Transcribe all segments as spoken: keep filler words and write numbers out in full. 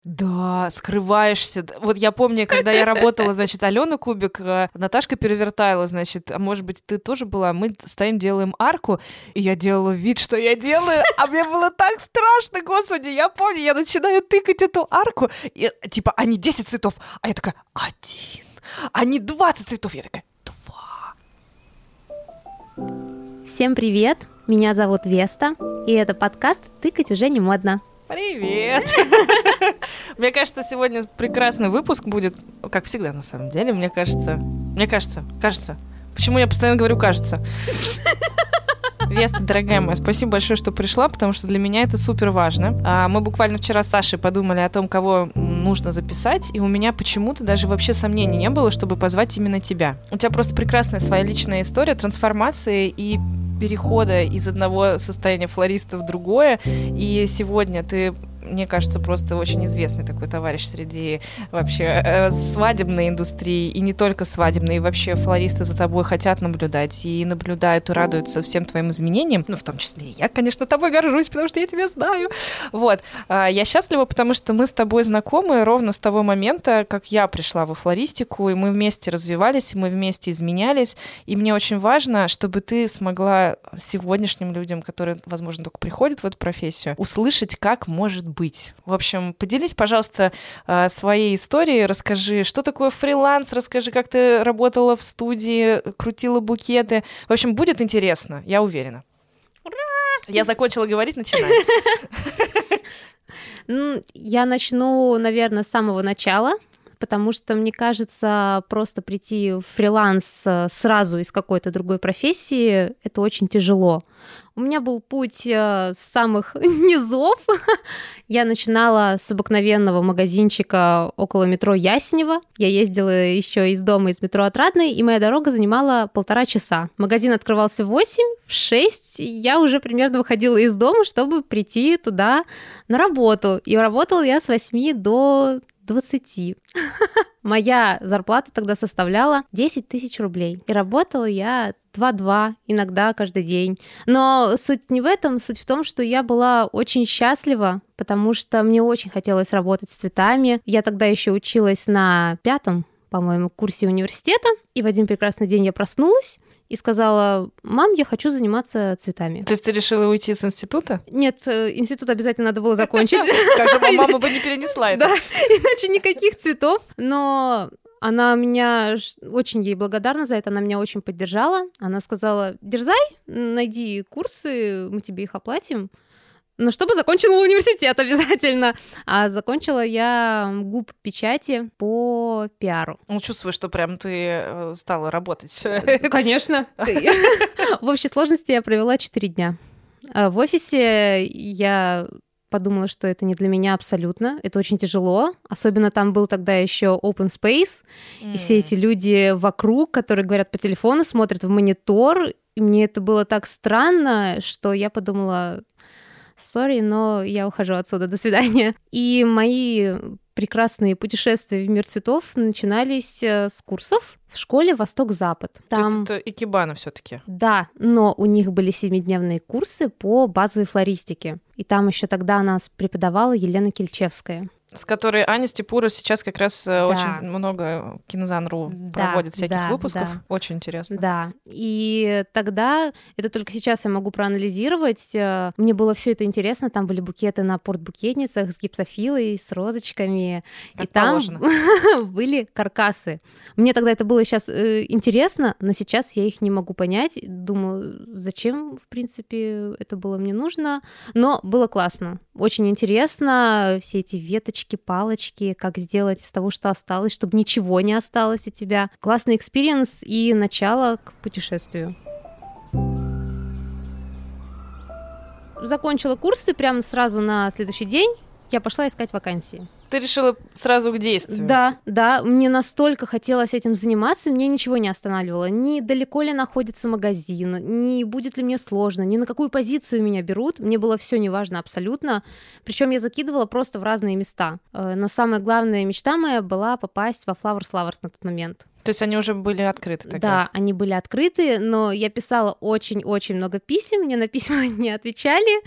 Да, скрываешься. Вот я помню, когда я работала, значит, Алена Кубик, Наташка Перевертайло, значит, а может быть, ты тоже была, мы стоим, делаем арку, и я делала вид, что я делаю, а мне было так страшно, господи, я помню, я начинаю тыкать эту арку, и, типа, они десять цветов, а я такая, один, они двадцать цветов, я такая, два. Всем привет, меня зовут Веста, и это подкаст «Тыкать уже не модно». Привет! Мне кажется, сегодня прекрасный выпуск будет, как всегда, на самом деле. Мне кажется, мне кажется, кажется. Почему я постоянно говорю «кажется»? Веста, дорогая моя, спасибо большое, что пришла, потому что для меня это супер важно. Мы буквально вчера с Сашей подумали о том, кого нужно записать, и у меня почему-то даже вообще сомнений не было, чтобы позвать именно тебя. У тебя просто прекрасная своя личная история трансформации и перехода из одного состояния флориста в другое, и сегодня ты, мне кажется, просто очень известный такой товарищ среди вообще э, свадебной индустрии, и не только свадебной, и вообще флористы за тобой хотят наблюдать, и наблюдают, и радуются всем твоим изменениям, ну, в том числе и я, конечно, тобой горжусь, потому что я тебя знаю. Вот. А я счастлива, потому что мы с тобой знакомы ровно с того момента, как я пришла во флористику, и мы вместе развивались, и мы вместе изменялись, и мне очень важно, чтобы ты смогла сегодняшним людям, которые, возможно, только приходят в эту профессию, услышать, как может быть. В общем, поделись, пожалуйста, своей историей, расскажи, что такое фриланс, расскажи, как ты работала в студии, крутила букеты. В общем, будет интересно, я уверена. Ура! Я закончила говорить, начинай. Я начну, наверное, с самого начала, потому что, мне кажется, просто прийти в фриланс сразу из какой-то другой профессии — это очень тяжело. У меня был путь с самых низов. Я начинала с обыкновенного магазинчика около метро Ясенево. Я ездила еще из дома из метро Отрадный, и моя дорога занимала полтора часа. Магазин открывался в восемь, в шесть я уже примерно выходила из дома, чтобы прийти туда на работу. И работала я с восьми до двадцати. Моя зарплата тогда составляла десять тысяч рублей. И работала я два-два, иногда каждый день. Но суть не в этом, суть в том, что я была очень счастлива, потому что мне очень хотелось работать с цветами. Я тогда еще училась на пятом, по-моему, курсе университета, и в один прекрасный день я проснулась и сказала: мам, я хочу заниматься цветами. То есть ты решила уйти с института? Нет, институт обязательно надо было закончить. Как же мама бы не перенесла это. Да, иначе никаких цветов. Но она меня, очень ей благодарна за это, она меня очень поддержала. Она сказала: дерзай, найди курсы, мы тебе их оплатим. Но чтобы закончила университет обязательно. А закончила я ГУП печати по пиару. Ну, чувствую, что прям ты стала работать. Конечно. В общей сложности я провела четыре дня. В офисе я подумала, что это не для меня абсолютно. Это очень тяжело. Особенно там был тогда еще open space. Mm. И все эти люди вокруг, которые говорят по телефону, смотрят в монитор. И мне это было так странно, что я подумала: сори, но я ухожу отсюда, до свидания. И мои прекрасные путешествия в мир цветов начинались с курсов в школе «Восток-Запад». Там... То есть это икебана все-таки? Да, но у них были семидневные курсы по базовой флористике. И там еще тогда нас преподавала Елена Кильчевская. С которой Аня Степура сейчас как раз да. очень много Кинзан.ру да, проводит всяких да, выпусков. Да. Очень интересно. Да. И тогда, это только сейчас я могу проанализировать, мне было все это интересно. Там были букеты на портбукетницах с гипсофилой, с розочками. Как и там положено. Были каркасы. Мне тогда это было сейчас интересно, но сейчас я их не могу понять. Думаю, зачем, в принципе, это было мне нужно. Но было классно. Очень интересно. Все эти веточки, палочки, как сделать из того, что осталось, чтобы ничего не осталось у тебя. Классный экспириенс и начало к путешествию. Закончила курсы прямо сразу на следующий день. Я пошла искать вакансии. Ты решила сразу к действию? Да, да, мне настолько хотелось этим заниматься, мне ничего не останавливало. Ни далеко ли находится магазин, ни будет ли мне сложно, ни на какую позицию меня берут. Мне было все неважно абсолютно. Причем я закидывала просто в разные места. Но самая главная мечта моя была попасть во Flowers Lovers на тот момент. То есть они уже были открыты тогда? Да, они были открыты, но я писала очень-очень много писем, мне на письма не отвечали,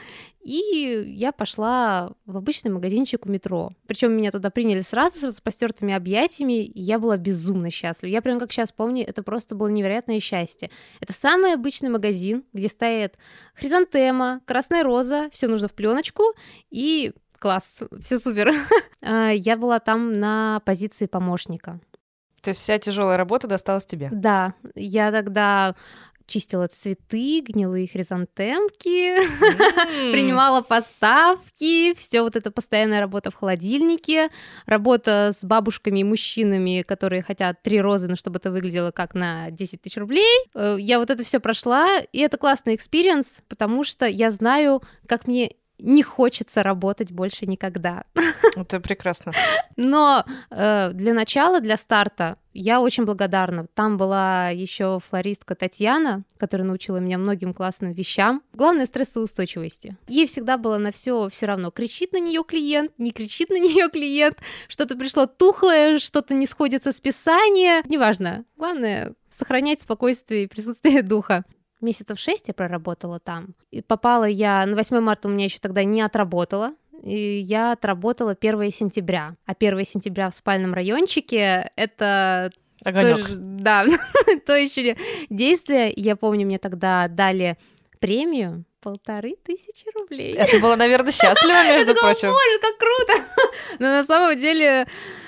И я пошла в обычный магазинчик у метро. Причем меня туда приняли сразу с распростертыми объятиями, и я была безумно счастлива. Я прям как сейчас помню, это просто было невероятное счастье. Это самый обычный магазин, где стоит хризантема, красная роза, все нужно в пленочку, и класс, все супер. Я была там на позиции помощника. То есть вся тяжелая работа досталась тебе? Да, я тогда чистила цветы, гнилые хризантемки, mm. принимала поставки, все вот это постоянная работа в холодильнике, работа с бабушками и мужчинами, которые хотят три розы, но чтобы это выглядело как на десять тысяч рублей. Я вот это все прошла, и это классный экспириенс, потому что я знаю, как мне не хочется работать больше никогда. Это прекрасно. Но э, для начала, для старта я очень благодарна. Там была еще флористка Татьяна, которая научила меня многим классным вещам. Главное — стрессоустойчивости. Ей всегда было на все все равно. Кричит на нее клиент, не кричит на нее клиент, что-то пришло тухлое, что-то не сходит со списания. Неважно. Главное — сохранять спокойствие и присутствие духа. Месяцев шесть я проработала там. И попала я... На восьмое марта у меня еще тогда не отработала. И я отработала первое сентября. А первое сентября в спальном райончике — это... Огонёк. Тоже, да, то еще действие. Я помню, мне тогда дали премию полторы тысячи рублей. Это было, наверное, счастливо, между я прочим. Я такая, боже, как круто! Но на самом деле...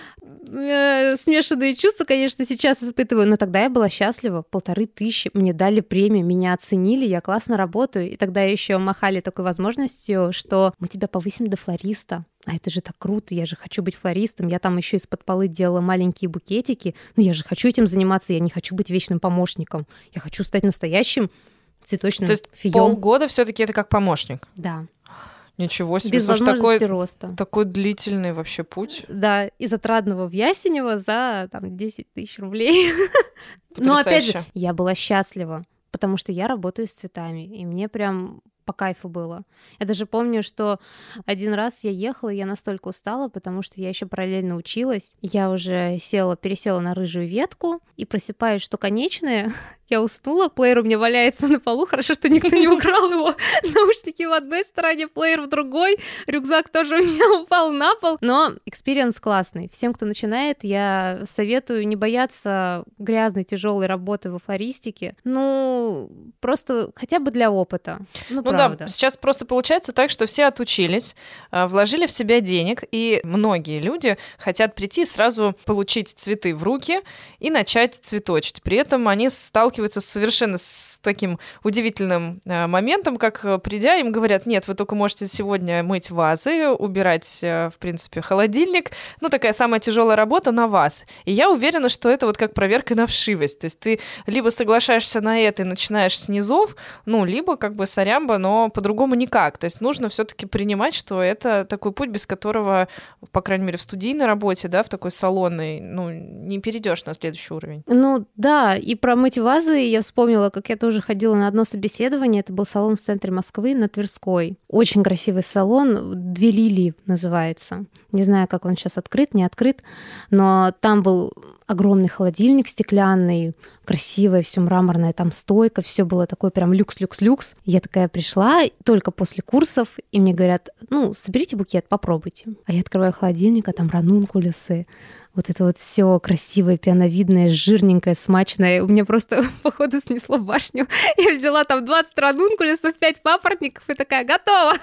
Смешанные чувства, конечно, сейчас испытываю, но тогда я была счастлива. Полторы тысячи, мне дали премию, меня оценили, я классно работаю. И тогда еще махали такой возможностью, что мы тебя повысим до флориста. А это же так круто, я же хочу быть флористом. Я там еще из-под полы делала маленькие букетики. Но я же хочу этим заниматься, я не хочу быть вечным помощником. Я хочу стать настоящим цветочным фием. То есть фием. полгода все-таки это как помощник? Да. Ничего себе, без слушай, возможности такой, роста. Такой длительный вообще путь. Да, из Отрадного в Ясенево за там, десять тысяч рублей. Потрясающе. Но опять же, я была счастлива, потому что я работаю с цветами, и мне прям по кайфу было. Я даже помню, что один раз я ехала, и я настолько устала, потому что я еще параллельно училась. Я уже села, пересела на рыжую ветку и просыпаюсь, что конечная. Я уснула, плеер у меня валяется на полу, хорошо, что никто не украл его. Наушники в одной стороне, плеер в другой, рюкзак тоже у меня упал на пол. Но экспириенс классный. Всем, кто начинает, я советую не бояться грязной, тяжелой работы во флористике. Ну, просто хотя бы для опыта. Ну, ну правда. Да, сейчас просто получается так, что все отучились, вложили в себя денег, и многие люди хотят прийти и сразу получить цветы в руки и начать цветочить. При этом они сталкиваются совершенно с таким удивительным э, моментом, как э, придя, им говорят, нет, вы только можете сегодня мыть вазы, убирать, э, в принципе, холодильник. Ну, такая самая тяжелая работа на вас. И я уверена, что это вот как проверка на вшивость. То есть ты либо соглашаешься на это и начинаешь с низов, ну, либо как бы сорямба, но по-другому никак. То есть нужно все-таки принимать, что это такой путь, без которого, по крайней мере, в студийной работе, да, в такой салонной, ну, не перейдешь на следующий уровень. Ну, да, и про мыть вазы я вспомнила, как я тоже ходила на одно собеседование. Это был салон в центре Москвы на Тверской. Очень красивый салон, «Две лилии» называется. Не знаю, как он сейчас открыт, не открыт, но там был огромный холодильник стеклянный, красивое, все мраморное, там стойка, все было такое прям люкс-люкс-люкс. Я такая пришла только после курсов, и мне говорят, ну, соберите букет, попробуйте. А я открываю холодильник, а там ранункулюсы, вот это вот все красивое, пиановидное, жирненькое, смачное. У меня просто, походу, снесло башню. Я взяла там двадцать ранункулюсов, пять папоротников и такая, готова.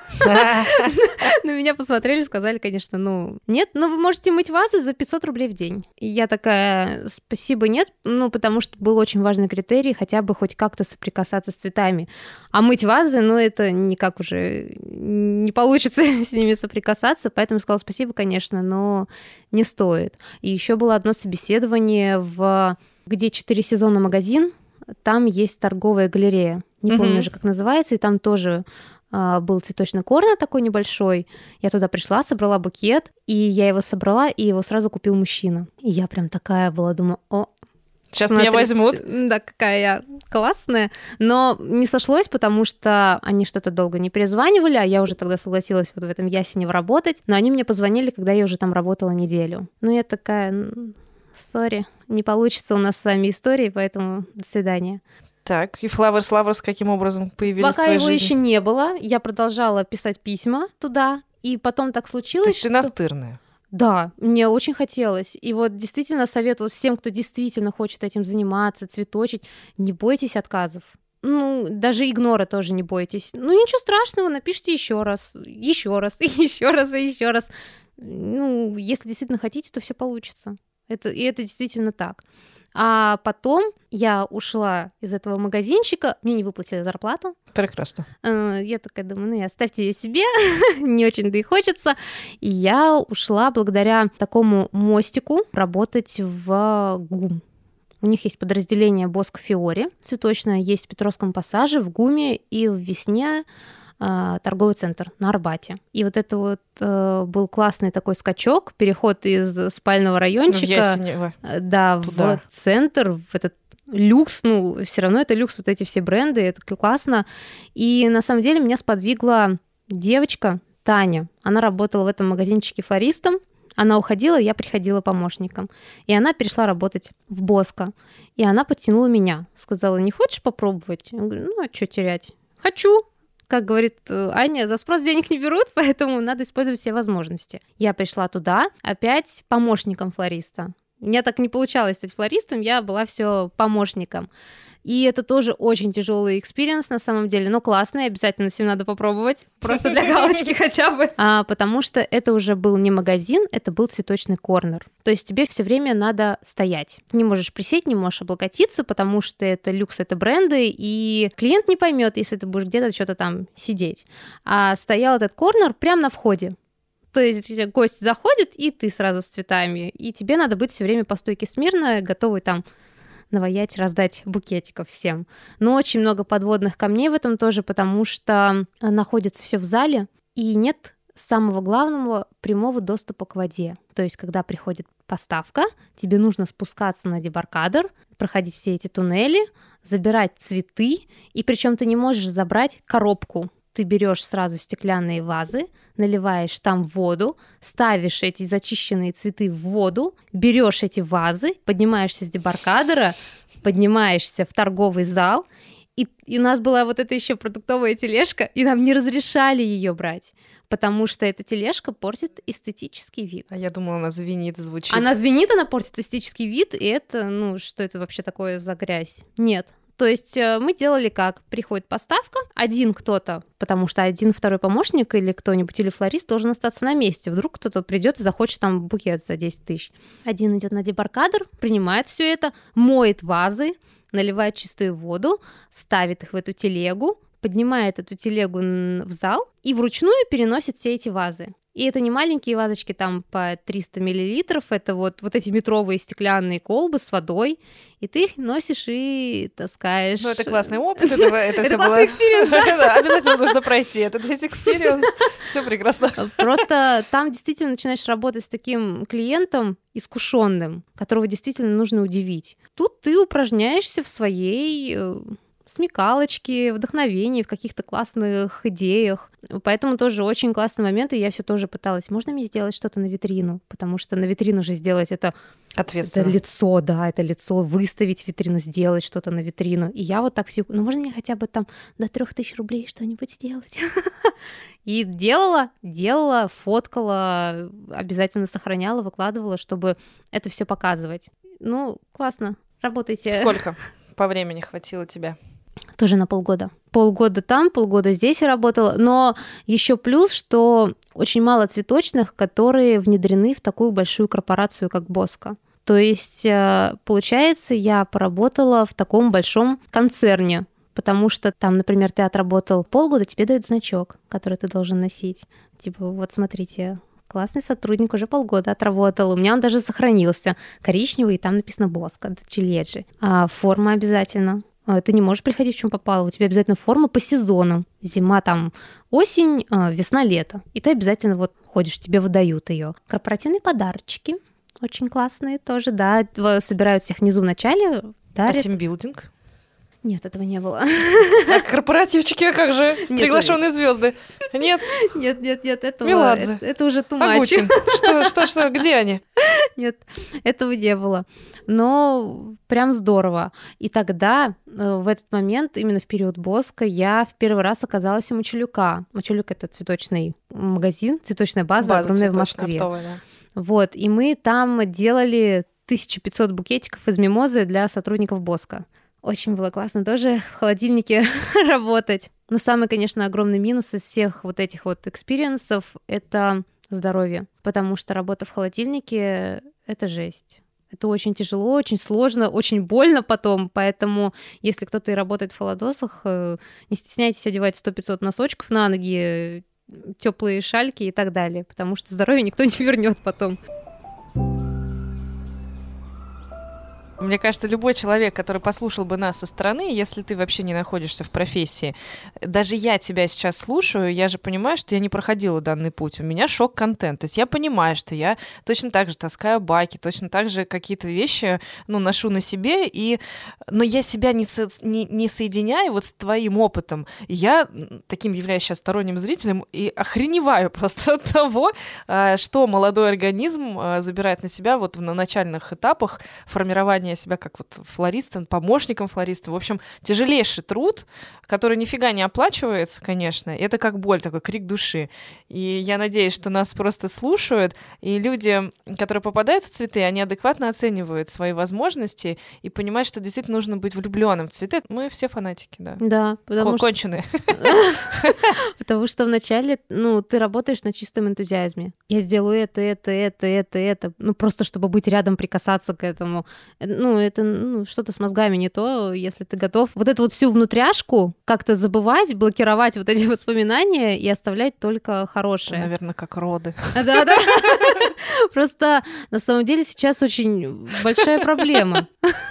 На меня посмотрели, сказали, конечно, ну, нет, но вы можете мыть вазы за пятьсот рублей в день. И я такая, спасибо, нет, ну, потому что был очень важный критерий, хотя бы хоть как-то соприкасаться с цветами. А мыть вазы, ну, это никак уже не получится с ними соприкасаться, поэтому сказала, спасибо, конечно, но не стоит. И еще было одно собеседование, в... где четыре сезона магазин, там есть торговая галерея. Не mm-hmm. помню уже, как называется, и там тоже а, был цветочный корнер такой небольшой. Я туда пришла, собрала букет, и я его собрала, и его сразу купил мужчина. И я прям такая была, думаю, о, сейчас меня возьмут. Да, какая я классная. Но не сошлось, потому что они что-то долго не перезванивали, а я уже тогда согласилась вот в этом Ясенево работать. Но они мне позвонили, когда я уже там работала неделю. Ну, я такая, сори, не получится у нас с вами истории, поэтому до свидания. Так, и Flowers Lovers каким образом появились Пока в твоей его жизни? еще не было, я продолжала писать письма туда, и потом так То случилось, есть ты что... настырная. Да, мне очень хотелось. И вот действительно совет вот всем, кто действительно хочет этим заниматься, цветочить, не бойтесь отказов. Ну, даже игнора тоже не бойтесь. Ну, ничего страшного, напишите еще раз, еще раз, еще раз и еще раз. Ну, если действительно хотите, то все получится. Это, и это действительно так. А потом я ушла из этого магазинчика, мне не выплатили зарплату. Прекрасно. Я такая думаю, ну и оставьте ее себе, не очень-то и хочется. И я ушла благодаря такому мостику работать в ГУМ. У них есть подразделение Боско Фиори цветочное, есть в Петровском пассаже, в ГУМе и в Весне э, торговый центр на Арбате. И вот это вот э, был классный такой скачок, переход из спального райончика В Ясенево. э, да, Туда. в центр, в этот люкс, ну, все равно это люкс, вот эти все бренды, это классно. И на самом деле меня сподвигла девочка Таня. Она работала в этом магазинчике флористом. Она уходила, я приходила помощником. И она перешла работать в Боско. И она подтянула меня. Сказала, не хочешь попробовать? Я говорю, ну, а что терять? Хочу. Как говорит Аня, за спрос денег не берут, поэтому надо использовать все возможности. Я пришла туда, опять помощником флориста. У меня так не получалось стать флористом, я была все помощником. И это тоже очень тяжелый экспириенс на самом деле, но классный, обязательно всем надо попробовать, просто для галочки хотя бы. А, потому что это уже был не магазин, это был цветочный корнер. То есть тебе все время надо стоять. Ты не можешь присесть, не можешь облокотиться, потому что это люкс, это бренды, и клиент не поймет, если ты будешь где-то что-то там сидеть. А стоял этот корнер прямо на входе. То есть гость заходит, и ты сразу с цветами, и тебе надо быть все время по стойке смирно, готовый там наваять, раздать букетиков всем. Но очень много подводных камней в этом тоже, потому что находится все в зале, и нет самого главного прямого доступа к воде. То есть, когда приходит поставка, тебе нужно спускаться на дебаркадер, проходить все эти туннели, забирать цветы, и причем ты не можешь забрать коробку. Ты берешь сразу стеклянные вазы, наливаешь там воду, ставишь эти зачищенные цветы в воду, берешь эти вазы, поднимаешься с дебаркадера, поднимаешься в торговый зал, и, и у нас была вот эта еще продуктовая тележка, и нам не разрешали ее брать, потому что эта тележка портит эстетический вид. А я думала, она звенит, звучит. Она звенит, она портит эстетический вид, и это, ну, что это вообще такое за грязь? Нет. То есть мы делали как? Приходит поставка, один кто-то, потому что один второй помощник или кто-нибудь, или флорист должен остаться на месте. Вдруг кто-то придет и захочет там букет за десять тысяч. Один идет на дебаркадер, принимает все это, моет вазы, наливает чистую воду, ставит их в эту телегу, поднимает эту телегу в зал и вручную переносит все эти вазы. И это не маленькие вазочки там по триста миллилитров, это вот, вот эти метровые стеклянные колбы с водой, и ты их носишь и таскаешь. Ну, это классный опыт, это, это, это всё классный было... экспириенс, да? Да, обязательно нужно пройти этот весь экспириенс, все прекрасно. Просто там действительно начинаешь работать с таким клиентом искушенным, которого действительно нужно удивить. Тут ты упражняешься в своей смекалочки, вдохновении, в каких-то классных идеях. Поэтому тоже очень классный момент, и я все тоже пыталась, можно мне сделать что-то на витрину? Потому что на витрину же сделать это, это лицо, да, это лицо, выставить витрину, сделать что-то на витрину. И я вот так все, ну можно мне хотя бы там до трех тысяч рублей что-нибудь сделать? И делала, делала, фоткала, обязательно сохраняла, выкладывала, чтобы это все показывать. Ну, классно, работайте. Сколько по времени хватило тебе? Тоже на полгода. Полгода там, полгода здесь я работала. Но еще плюс, что очень мало цветочных, которые внедрены в такую большую корпорацию, как Боско. То есть, получается, я поработала в таком большом концерне, потому что там, например, ты отработал полгода, тебе дают значок, который ты должен носить. Типа, вот смотрите, классный сотрудник, уже полгода отработал. У меня он даже сохранился. Коричневый, и там написано Боско, Чиледжи. А форма обязательно. Ты не можешь приходить в чем попало. У тебя обязательно форма по сезонам. Зима, там, осень, весна, лето. И ты обязательно вот ходишь, тебе выдают ее. Корпоративные подарочки. Очень классные тоже, да. Собирают всех внизу в начале, дарят. А тимбилдинг? Нет, этого не было. А корпоративчики, а как же? Приглашенные звезды. Нет? Нет, нет, нет, этого... Меладзе. Это, это уже too much. Агутин. Что, что, что, где они? Нет, этого не было. Но прям здорово. И тогда, в этот момент, именно в период Боска, я в первый раз оказалась у Мочалюка. Мочалюк — это цветочный магазин, цветочная база, База огромная в цветочная, Москве. оптовая, да. Вот, и мы там делали тысяча пятьсот букетиков из мимозы для сотрудников Боска. Очень было классно тоже в холодильнике работать. Но самый, конечно, огромный минус из всех вот этих вот экспириенсов — это здоровье, потому что работа в холодильнике — это жесть. Это очень тяжело, очень сложно, очень больно потом, поэтому если кто-то и работает в холодосах, не стесняйтесь одевать сто-пятьсот носочков на ноги, теплые шальки и так далее, потому что здоровье никто не вернет потом. Мне кажется, любой человек, который послушал бы нас со стороны, если ты вообще не находишься в профессии, даже я тебя сейчас слушаю, я же понимаю, что я не проходила данный путь. У меня шок-контент. То есть я понимаю, что я точно так же таскаю баки, точно так же какие-то вещи, ну, ношу на себе, и... но я себя не, со... не, не соединяю вот с твоим опытом. Я таким являюсь сейчас сторонним зрителем и охреневаю просто от того, что молодой организм забирает на себя вот на начальных этапах формирования себя как вот флористом, помощником флориста. В общем, тяжелейший труд, который нифига не оплачивается, конечно. Это как боль, такой крик души. И я надеюсь, что нас просто слушают, и люди, которые попадают в цветы, они адекватно оценивают свои возможности и понимают, что действительно нужно быть влюбленным в цветы. Мы все фанатики, да. Да, потому что... Конченые. Потому что вначале, ну, ты работаешь на чистом энтузиазме. Я сделаю это, это, это, это, это. Ну, просто чтобы быть рядом, прикасаться к этому. Ну, это ну, что-то с мозгами не то, если ты готов вот эту вот всю внутряшку как-то забывать, блокировать вот эти воспоминания и оставлять только хорошее. Это, наверное, как роды. Да-да. Просто на самом деле сейчас очень большая проблема.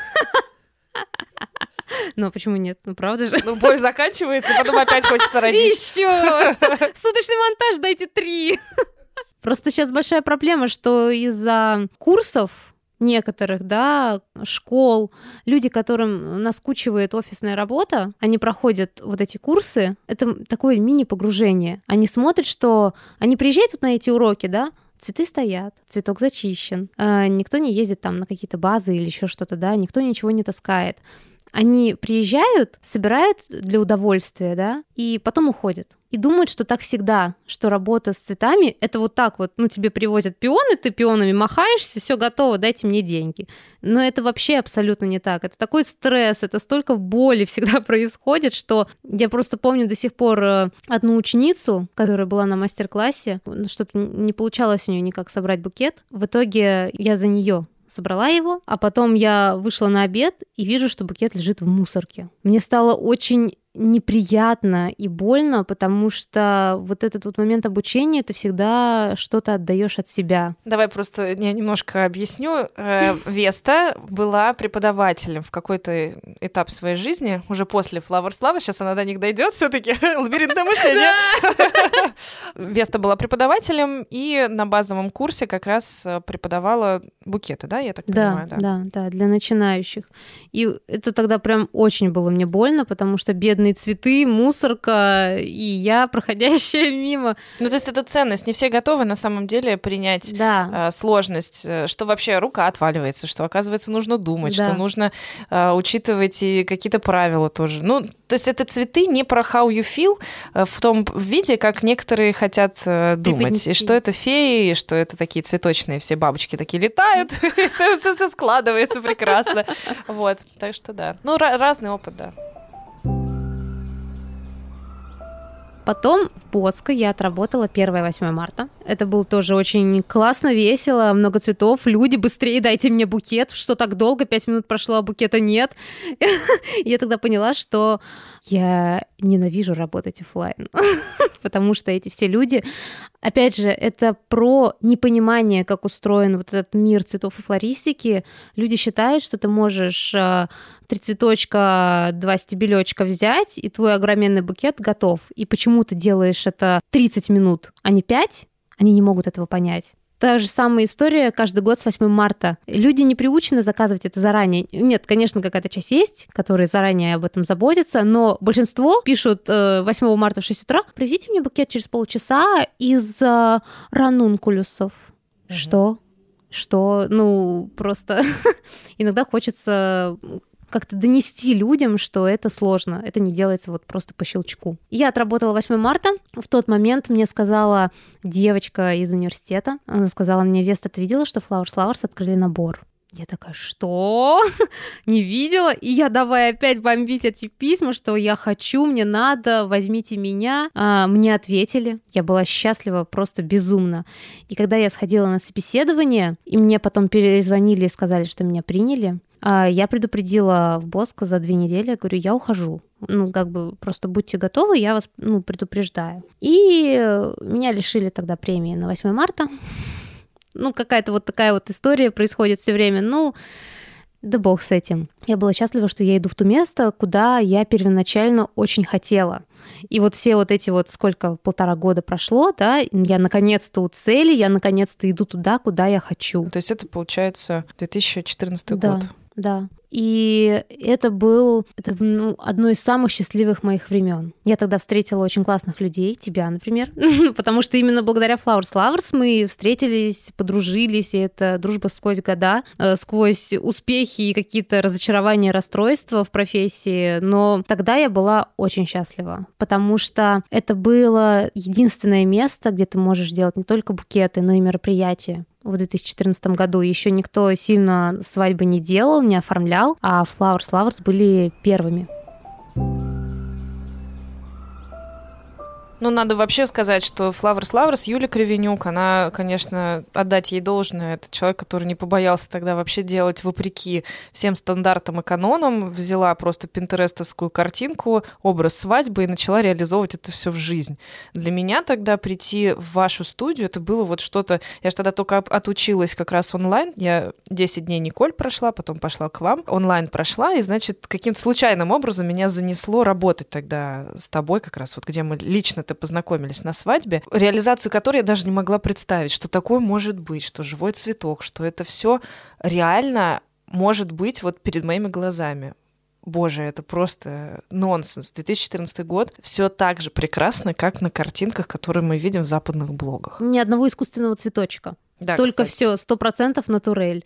Ну, а почему нет? Ну, правда же? Ну, боль заканчивается, потом опять хочется родить. Еще! Суточный монтаж, дайте три! Просто сейчас большая проблема, что из-за курсов некоторых, да, школ, люди, которым наскучивает офисная работа, они проходят вот эти курсы, это такое мини-погружение. Они смотрят, что... Они приезжают вот на эти уроки, да, цветы стоят, цветок зачищен, никто не ездит там на какие-то базы или еще что-то, да, никто ничего не таскает. Они приезжают, собирают для удовольствия, да, и потом уходят. И думают, что так всегда, что работа с цветами — это вот так вот, ну, тебе привозят пионы, ты пионами махаешься, все готово, дайте мне деньги. Но это вообще абсолютно не так. Это такой стресс, это столько боли всегда происходит, что я просто помню до сих пор одну ученицу, которая была на мастер-классе, что-то не получалось у нее никак собрать букет. В итоге я за нее собрала его, а потом я вышла на обед и вижу, что букет лежит в мусорке. Мне стало очень неприятно и больно, потому что вот этот вот момент обучения, ты всегда что-то отдаешь от себя. Давай просто я немножко объясню. Веста была преподавателем в какой-то этап своей жизни, уже после Flower Slava, сейчас она до них дойдет все-таки, лабиринтное мышление. Веста была преподавателем и на базовом курсе как раз преподавала букеты, да, я так понимаю? Да, да, да, для начинающих. И это тогда прям очень было мне больно, потому что бедные цветы, мусорка, и я, проходящая мимо. Ну, то есть это ценность. Не все готовы на самом деле принять да. э, сложность, что вообще рука отваливается, что, оказывается, нужно думать, да. что нужно э, учитывать и какие-то правила тоже. Ну, то есть это цветы не про how you feel э, в том виде, как некоторые хотят э, думать. И что это феи, и что это такие цветочные все бабочки такие летают, и все складывается прекрасно. Вот, так что да. Ну, разный опыт, да. Потом в Боско я отработала первое-восьмое марта. Это было тоже очень классно, весело, много цветов. Люди, быстрее дайте мне букет. Что так долго? Пять минут прошло, а букета нет. Я тогда поняла, что я ненавижу работать офлайн, потому что эти все люди... Опять же, это про непонимание, как устроен вот этот мир цветов и флористики. Люди считают, что ты можешь три цветочка, два стебелечка взять, и твой огроменный букет готов. И почему ты делаешь это тридцать минут, а не пять? Они не могут этого понять. Та же самая история каждый год с восьмым марта. Люди не приучены заказывать это заранее. Нет, конечно, какая-то часть есть, которые заранее об этом заботятся, но большинство пишут э, восьмого марта в шесть утра: привезите мне букет через полчаса из э, ранункулюсов. Mm-hmm. Что? Что? Ну, просто иногда хочется как-то донести людям, что это сложно, это не делается вот просто по щелчку. Я отработала восьмое марта. В тот момент мне сказала девочка из университета, она сказала мне: Веста, ты видела, что Flowers Lovers открыли набор? Я такая: что? Не видела? И я давай опять бомбить эти письма, что я хочу, мне надо, возьмите меня. А, мне ответили. Я была счастлива просто безумно. И когда я сходила на собеседование, и мне потом перезвонили и сказали, что меня приняли, я предупредила в Боско за две недели, я говорю: я ухожу. Ну, как бы просто будьте готовы, я вас, ну, предупреждаю. И меня лишили тогда премии на восьмое марта. Ну, какая-то вот такая вот история происходит все время. Ну, да бог с этим. Я была счастлива, что я иду в то место, куда я первоначально очень хотела. И вот все вот эти вот, сколько, полтора года прошло, да, я наконец-то у цели, я наконец-то иду туда, куда я хочу. То есть это, получается, две тысячи четырнадцатый да, год. Да. И это был это, ну, одно из самых счастливых моих времен. Я тогда встретила очень классных людей, тебя, например, потому что именно благодаря Flowers Lovers мы встретились, подружились, и это дружба сквозь года, сквозь успехи и какие-то разочарования, расстройства в профессии. Но тогда я была очень счастлива, потому что это было единственное место, где ты можешь делать не только букеты, но и мероприятия. В две тысячи четырнадцатом году еще никто сильно свадьбы не делал, не оформлял, а Flowers Lovers были первыми. Ну, надо вообще сказать, что Flowers Lovers, Юля Кривенюк, она, конечно, отдать ей должное. Это человек, который не побоялся тогда вообще делать вопреки всем стандартам и канонам. Взяла просто пинтерестовскую картинку, образ свадьбы и начала реализовывать это все в жизнь. Для меня тогда прийти в вашу студию, это было вот что-то... Я же тогда только отучилась как раз онлайн. Я десять дней Николь прошла, потом пошла к вам. Онлайн прошла, и, значит, каким-то случайным образом меня занесло работать тогда с тобой как раз, вот где мы лично познакомились на свадьбе, реализацию которой я даже не могла представить, что такое может быть, что живой цветок, что это все реально может быть вот перед моими глазами. Боже, это просто нонсенс. две тысячи четырнадцатый год все так же прекрасно, как на картинках, которые мы видим в западных блогах. Ни одного искусственного цветочка. Да, только кстати. Все сто процентов натурель.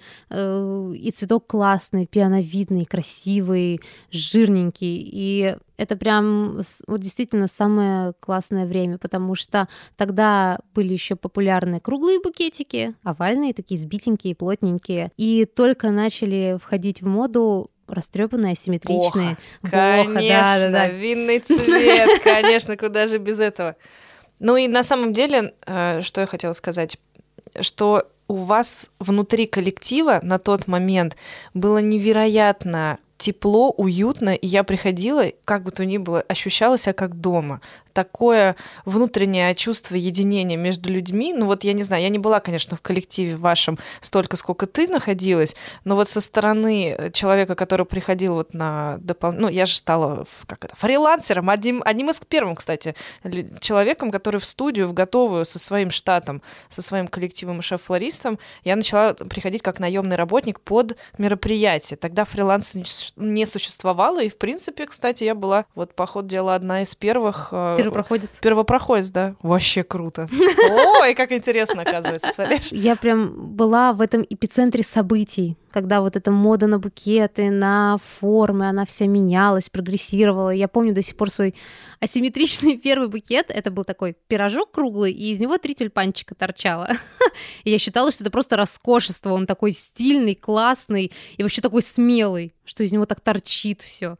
И цветок классный, пиановидный, красивый, жирненький. И это прям вот действительно самое классное время, потому что тогда были еще популярны круглые букетики, овальные, такие сбитенькие, плотненькие. И только начали входить в моду растрепанные, асимметричные. Боха, конечно, да, да, да. Винный цвет, конечно, куда же без этого. Ну и на самом деле, что я хотела сказать, что у вас внутри коллектива на тот момент было невероятно тепло, уютно, и я приходила, как бы то ни было, ощущала себя как дома. Такое внутреннее чувство единения между людьми. Ну вот я не знаю, я не была, конечно, в коллективе вашем столько, сколько ты находилась, но вот со стороны человека, который приходил вот на дополнительное... Ну, я же стала как это, фрилансером, одним, одним из первых, кстати, человеком, который в студию, в готовую, со своим штатом, со своим коллективом и шеф-флористом, я начала приходить как наемный работник под мероприятие. Тогда фриланс не существовало, и, в принципе, кстати, я была, вот, по ходу дела, одна из первых... Первопроходец. Первопроходец, да. Вообще круто. Ой, как интересно, оказывается, представляешь? Я прям была в этом эпицентре событий, когда вот эта мода на букеты, на формы, она вся менялась, прогрессировала. Я помню до сих пор свой асимметричный первый букет. Это был такой пирожок круглый, и из него три тюльпанчика торчало. И я считала, что это просто роскошество. Он такой стильный, классный и вообще такой смелый, что из него так торчит все.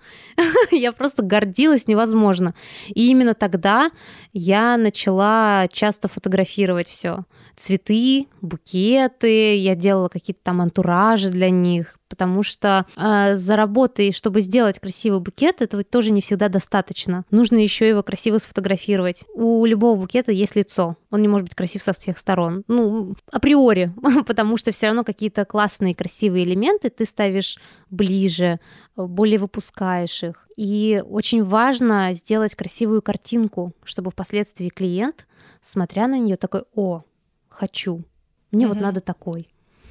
Я просто гордилась невозможно. И именно тогда я начала часто фотографировать все. Цветы, букеты, я делала какие-то там антуражи для них, потому что э, за работой, чтобы сделать красивый букет, этого тоже не всегда достаточно. Нужно еще его красиво сфотографировать. У любого букета есть лицо, он не может быть красив со всех сторон. Ну, априори, потому что все равно какие-то классные, красивые элементы ты ставишь ближе, более выпускаешь их. И очень важно сделать красивую картинку, чтобы впоследствии клиент, смотря на нее, такой: о, хочу. Мне mm-hmm. вот надо такой.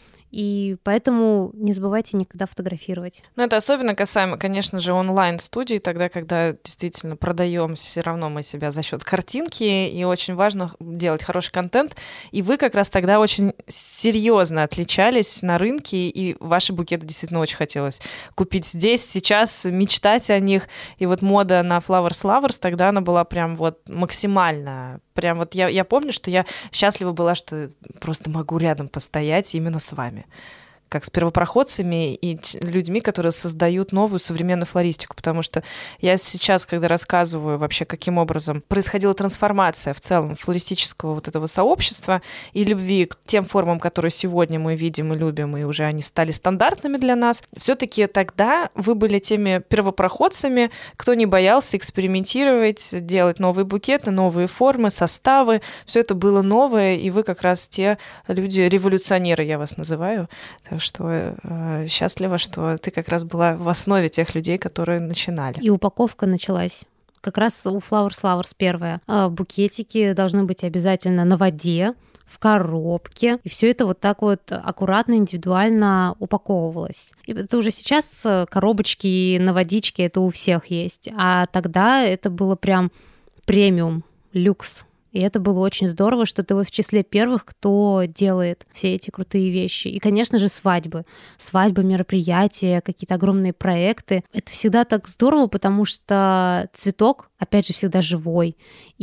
И поэтому не забывайте никогда фотографировать. Ну, это особенно касаемо, конечно же, онлайн-студий, тогда, когда действительно продаем все равно мы себя за счет картинки, и очень важно делать хороший контент. И вы как раз тогда очень серьезно отличались на рынке, и ваши букеты действительно очень хотелось купить здесь, сейчас, мечтать о них. И вот мода на Flowers Lovers, тогда она была прям вот максимально. Прям вот я, я помню, что я счастлива была, что просто могу рядом постоять именно с вами, как с первопроходцами и людьми, которые создают новую современную флористику, потому что я сейчас, когда рассказываю вообще, каким образом происходила трансформация в целом флористического вот этого сообщества и любви к тем формам, которые сегодня мы видим и любим, и уже они стали стандартными для нас, все-таки тогда вы были теми первопроходцами, кто не боялся экспериментировать, делать новые букеты, новые формы, составы, все это было новое, и вы как раз те люди-революционеры, я вас называю. Так что э, счастлива, что ты как раз была в основе тех людей, которые начинали. И упаковка началась. Как раз у Flowers Lovers первая. Букетики должны быть обязательно на воде, в коробке. И все это вот так вот аккуратно, индивидуально упаковывалось. И это уже сейчас коробочки на водичке, это у всех есть. А тогда это было прям премиум, люкс. И это было очень здорово, что ты вот в числе первых, кто делает все эти крутые вещи. И, конечно же, свадьбы. Свадьбы, мероприятия, какие-то огромные проекты. Это всегда так здорово, потому что цветок, опять же, всегда живой.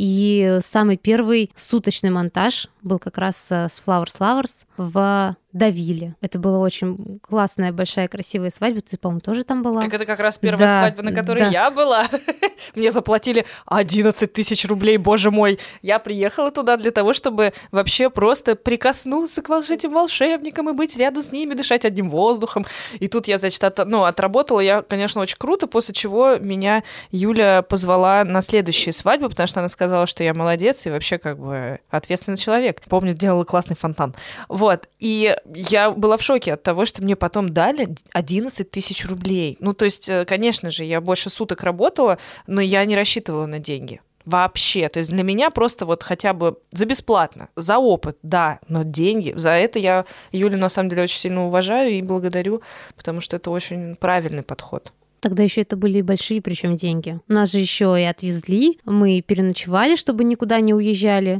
И самый первый суточный монтаж был как раз с Flowers Lovers в Давиле. Это была очень классная, большая, красивая свадьба. Ты, по-моему, тоже там была? Так это как раз первая да, свадьба, на которой да. я была. Мне заплатили одиннадцать тысяч рублей, боже мой. Я приехала туда для того, чтобы вообще просто прикоснуться к этим волшебникам и быть рядом с ними, дышать одним воздухом. И тут я, значит, от, ну, отработала я, конечно, очень круто, после чего меня Юля позвала на следующие свадьбы, потому что она сказала, что я молодец и вообще как бы ответственный человек. Помню, делала классный фонтан. Вот. И я была в шоке от того, что мне потом дали одиннадцать тысяч рублей. Ну, то есть, конечно же, я больше суток работала, но я не рассчитывала на деньги. Вообще. То есть для меня просто вот хотя бы за бесплатно, за опыт, да, но деньги. За это я Юлю, на самом деле, очень сильно уважаю и благодарю, потому что это очень правильный подход. Тогда еще это были большие, причем деньги. Нас же еще и отвезли, мы переночевали, чтобы никуда не уезжали,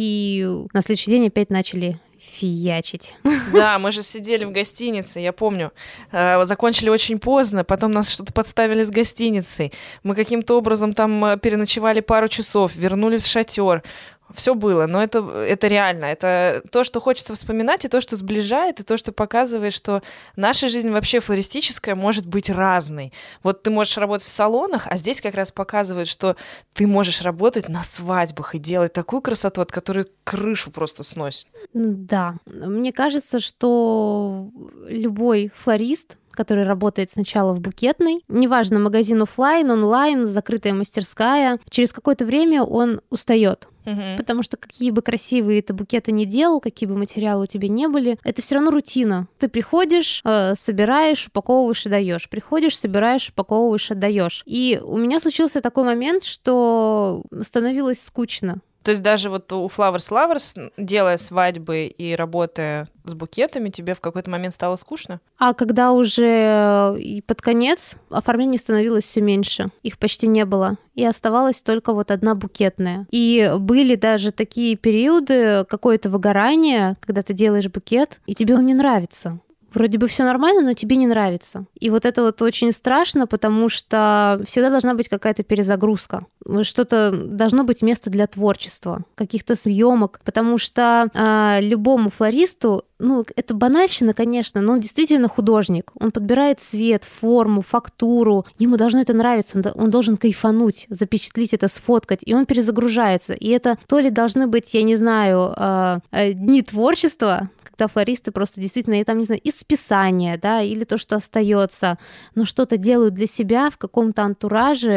и на следующий день опять начали фиячить. Да, мы же сидели в гостинице, я помню. Э, закончили очень поздно, потом нас что-то подставили с гостиницей. Мы каким-то образом там переночевали пару часов, вернулись в шатер. Все было, но это, это реально. Это то, что хочется вспоминать, и то, что сближает, и то, что показывает, что наша жизнь вообще флористическая может быть разной. Вот ты можешь работать в салонах, а здесь как раз показывает, что ты можешь работать на свадьбах и делать такую красоту, от которой крышу просто сносит. Да. Мне кажется, что любой флорист, который работает сначала в букетной, неважно, магазин офлайн, онлайн, закрытая мастерская, через какое-то время он устает. Uh-huh. Потому что какие бы красивые ты букеты ни делал, какие бы материалы у тебя не были, это все равно рутина. Ты приходишь, э, собираешь, упаковываешь и даешь. Приходишь, собираешь, упаковываешь, отдаешь. И у меня случился такой момент, что становилось скучно. То есть даже вот у Flowers Lovers, делая свадьбы и работая с букетами, тебе в какой-то момент стало скучно? А когда уже и под конец оформлений становилось все меньше, их почти не было, и оставалась только вот одна букетная. И были даже такие периоды, какое-то выгорание, когда ты делаешь букет, и тебе он не нравится. Вроде бы все нормально, но тебе не нравится. И вот это вот очень страшно, потому что всегда должна быть какая-то перезагрузка. Что-то должно быть место для творчества, каких-то съемок, потому что э, любому флористу, ну, это банальщина, конечно, но он действительно художник. Он подбирает цвет, форму, фактуру. Ему должно это нравиться, он, он должен кайфануть, запечатлить это, сфоткать, и он перезагружается. И это то ли должны быть, я не знаю, э, э, дни творчества, когда флористы просто действительно, я там не знаю, из списания, да, или то, что остается, но что-то делают для себя в каком-то антураже,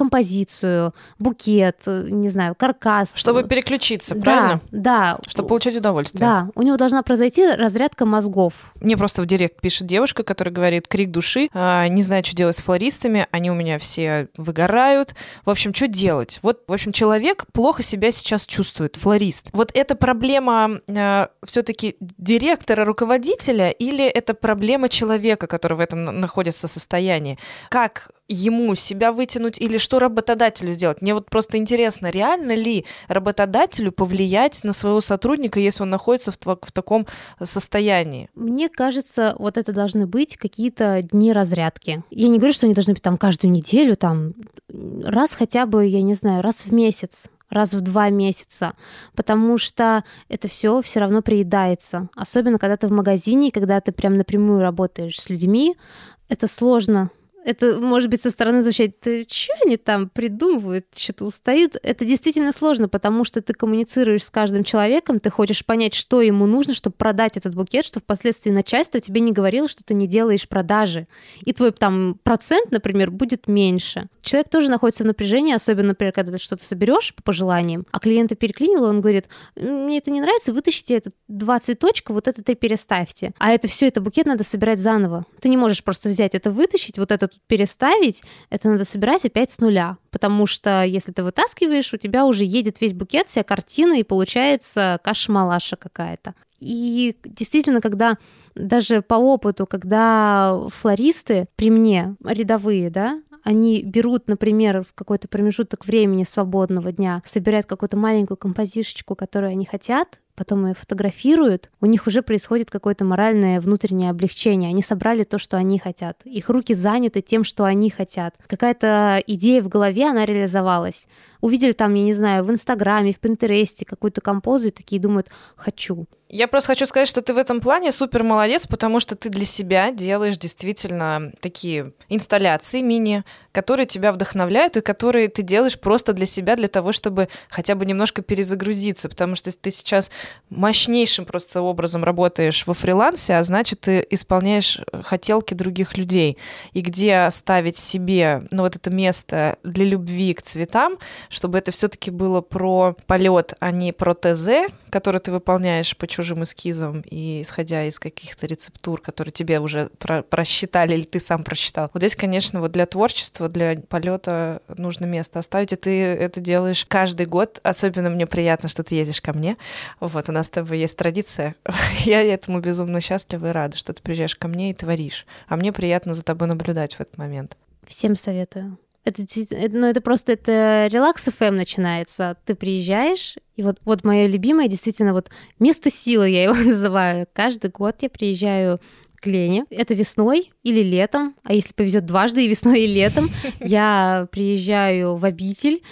композицию, букет, не знаю, каркас. Чтобы переключиться, правильно? Да, да. Чтобы получать удовольствие. Да, у него должна произойти разрядка мозгов. Мне просто в директ пишет девушка, которая говорит: крик души, а, не знаю, что делать с флористами, они у меня все выгорают. В общем, что делать? Вот, в общем, человек плохо себя сейчас чувствует, флорист. Вот это проблема э, все-таки директора, руководителя, или это проблема человека, который в этом находится состоянии? Как ему себя вытянуть или что работодателю сделать? Мне вот просто интересно, реально ли работодателю повлиять на своего сотрудника, если он находится в, в таком состоянии? Мне кажется, вот это должны быть какие-то дни разрядки. Я не говорю, что они должны быть там каждую неделю, там раз хотя бы, я не знаю, раз в месяц, раз в два месяца, потому что это все все равно приедается. Особенно, когда ты в магазине, когда ты прям напрямую работаешь с людьми, это сложно. Это, может быть, со стороны звучит: ты что они там придумывают, что-то устают. Это действительно сложно, потому что ты коммуницируешь с каждым человеком, ты хочешь понять, что ему нужно, чтобы продать этот букет, что впоследствии начальство тебе не говорило, что ты не делаешь продажи. И твой там процент, например, будет меньше. Человек тоже находится в напряжении, особенно, например, когда ты что-то соберешь по пожеланиям, а клиента переклинило, он говорит: мне это не нравится, вытащите это два цветочка, вот это три переставьте. А это все, это букет надо собирать заново. Ты не можешь просто взять это, вытащить, вот это тут переставить, это надо собирать опять с нуля, потому что если ты вытаскиваешь, у тебя уже едет весь букет, вся картина, и получается каша-малаша какая-то. И действительно, когда даже по опыту, когда флористы при мне, рядовые, да, они берут, например, в какой-то промежуток времени свободного дня, собирают какую-то маленькую композишечку, которую они хотят, потом ее фотографируют, у них уже происходит какое-то моральное внутреннее облегчение. Они собрали то, что они хотят. Их руки заняты тем, что они хотят. Какая-то идея в голове, она реализовалась. Увидели там, я не знаю, в Инстаграме, в Пинтересте какую-то композу и такие думают: хочу. Я просто хочу сказать, что ты в этом плане супер молодец, потому что ты для себя делаешь действительно такие инсталляции мини, которые тебя вдохновляют и которые ты делаешь просто для себя, для того, чтобы хотя бы немножко перезагрузиться, потому что ты сейчас мощнейшим просто образом работаешь во фрилансе, а значит, ты исполняешь хотелки других людей. И где оставить себе, ну, вот это место для любви к цветам, чтобы это все-таки было про полет, а не про ТЗ, который ты выполняешь по чужим эскизам и исходя из каких-то рецептур, которые тебе уже про- просчитали или ты сам просчитал. Вот здесь, конечно, вот для творчества, для полета нужно место оставить, и ты это делаешь каждый год. Особенно мне приятно, что ты ездишь ко мне. Вот, у нас с тобой есть традиция. Я этому безумно счастлива и рада, что ты приезжаешь ко мне и творишь. А мне приятно за тобой наблюдать в этот момент. Всем советую. Это, ну, это просто это релакс эф эм начинается. Ты приезжаешь, и вот, вот мое любимое, действительно, вот место силы я его называю. Каждый год я приезжаю к Лене. Это весной или летом, а если повезет дважды, и весной, и летом, я приезжаю в обитель,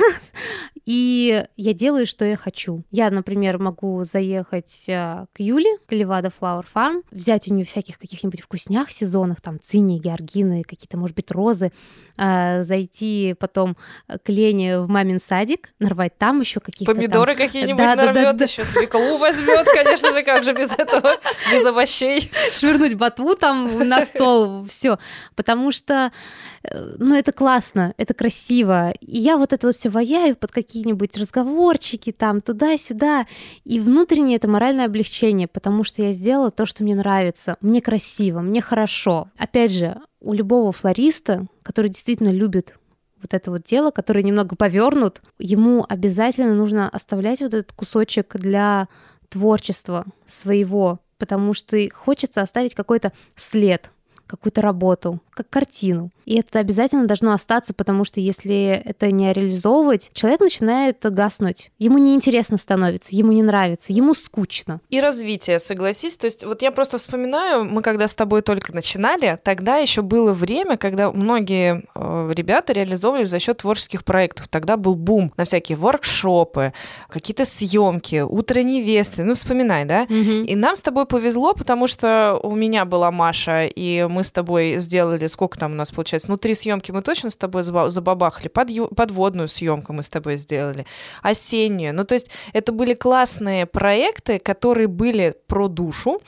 и я делаю, что я хочу. Я, например, могу заехать к Юле, к Левада Flower Farm, взять у нее всяких каких-нибудь вкуснях сезонных, там, цинии, георгины, какие-то, может быть, розы, зайти потом к Лене в мамин садик, нарвать там еще каких-то помидоры там... какие-нибудь да, нарвет, да, да, еще свеклу возьмет, конечно же, как же без этого, без овощей. Швырнуть ботву там на стол, все, потому что, ну, это классно, это красиво, и я вот это вот все ваяю под какие-нибудь разговорчики там туда-сюда, и внутреннее это моральное облегчение, потому что я сделала то, что мне нравится, мне красиво, мне хорошо. Опять же, у любого флориста, который действительно любит вот это вот дело, который немного повернут, ему обязательно нужно оставлять вот этот кусочек для творчества своего, потому что хочется оставить какой-то след, какую-то работу, как картину. И это обязательно должно остаться, потому что если это не реализовывать, человек начинает гаснуть. Ему неинтересно становится, ему не нравится, ему скучно. И развитие, согласись. То есть вот я просто вспоминаю, мы когда с тобой только начинали, тогда еще было время, когда многие э, ребята реализовывались за счет творческих проектов. Тогда был бум на всякие воркшопы, какие-то съемки, утро невесты, ну вспоминай, да? Mm-hmm. И нам с тобой повезло, потому что у меня была Маша, и мы с тобой сделали, сколько там у нас получается, ну, три съемки мы точно с тобой забабахали, Подъ... подводную съемку мы с тобой сделали, осеннюю. Ну, то есть это были классные проекты, которые были про душу,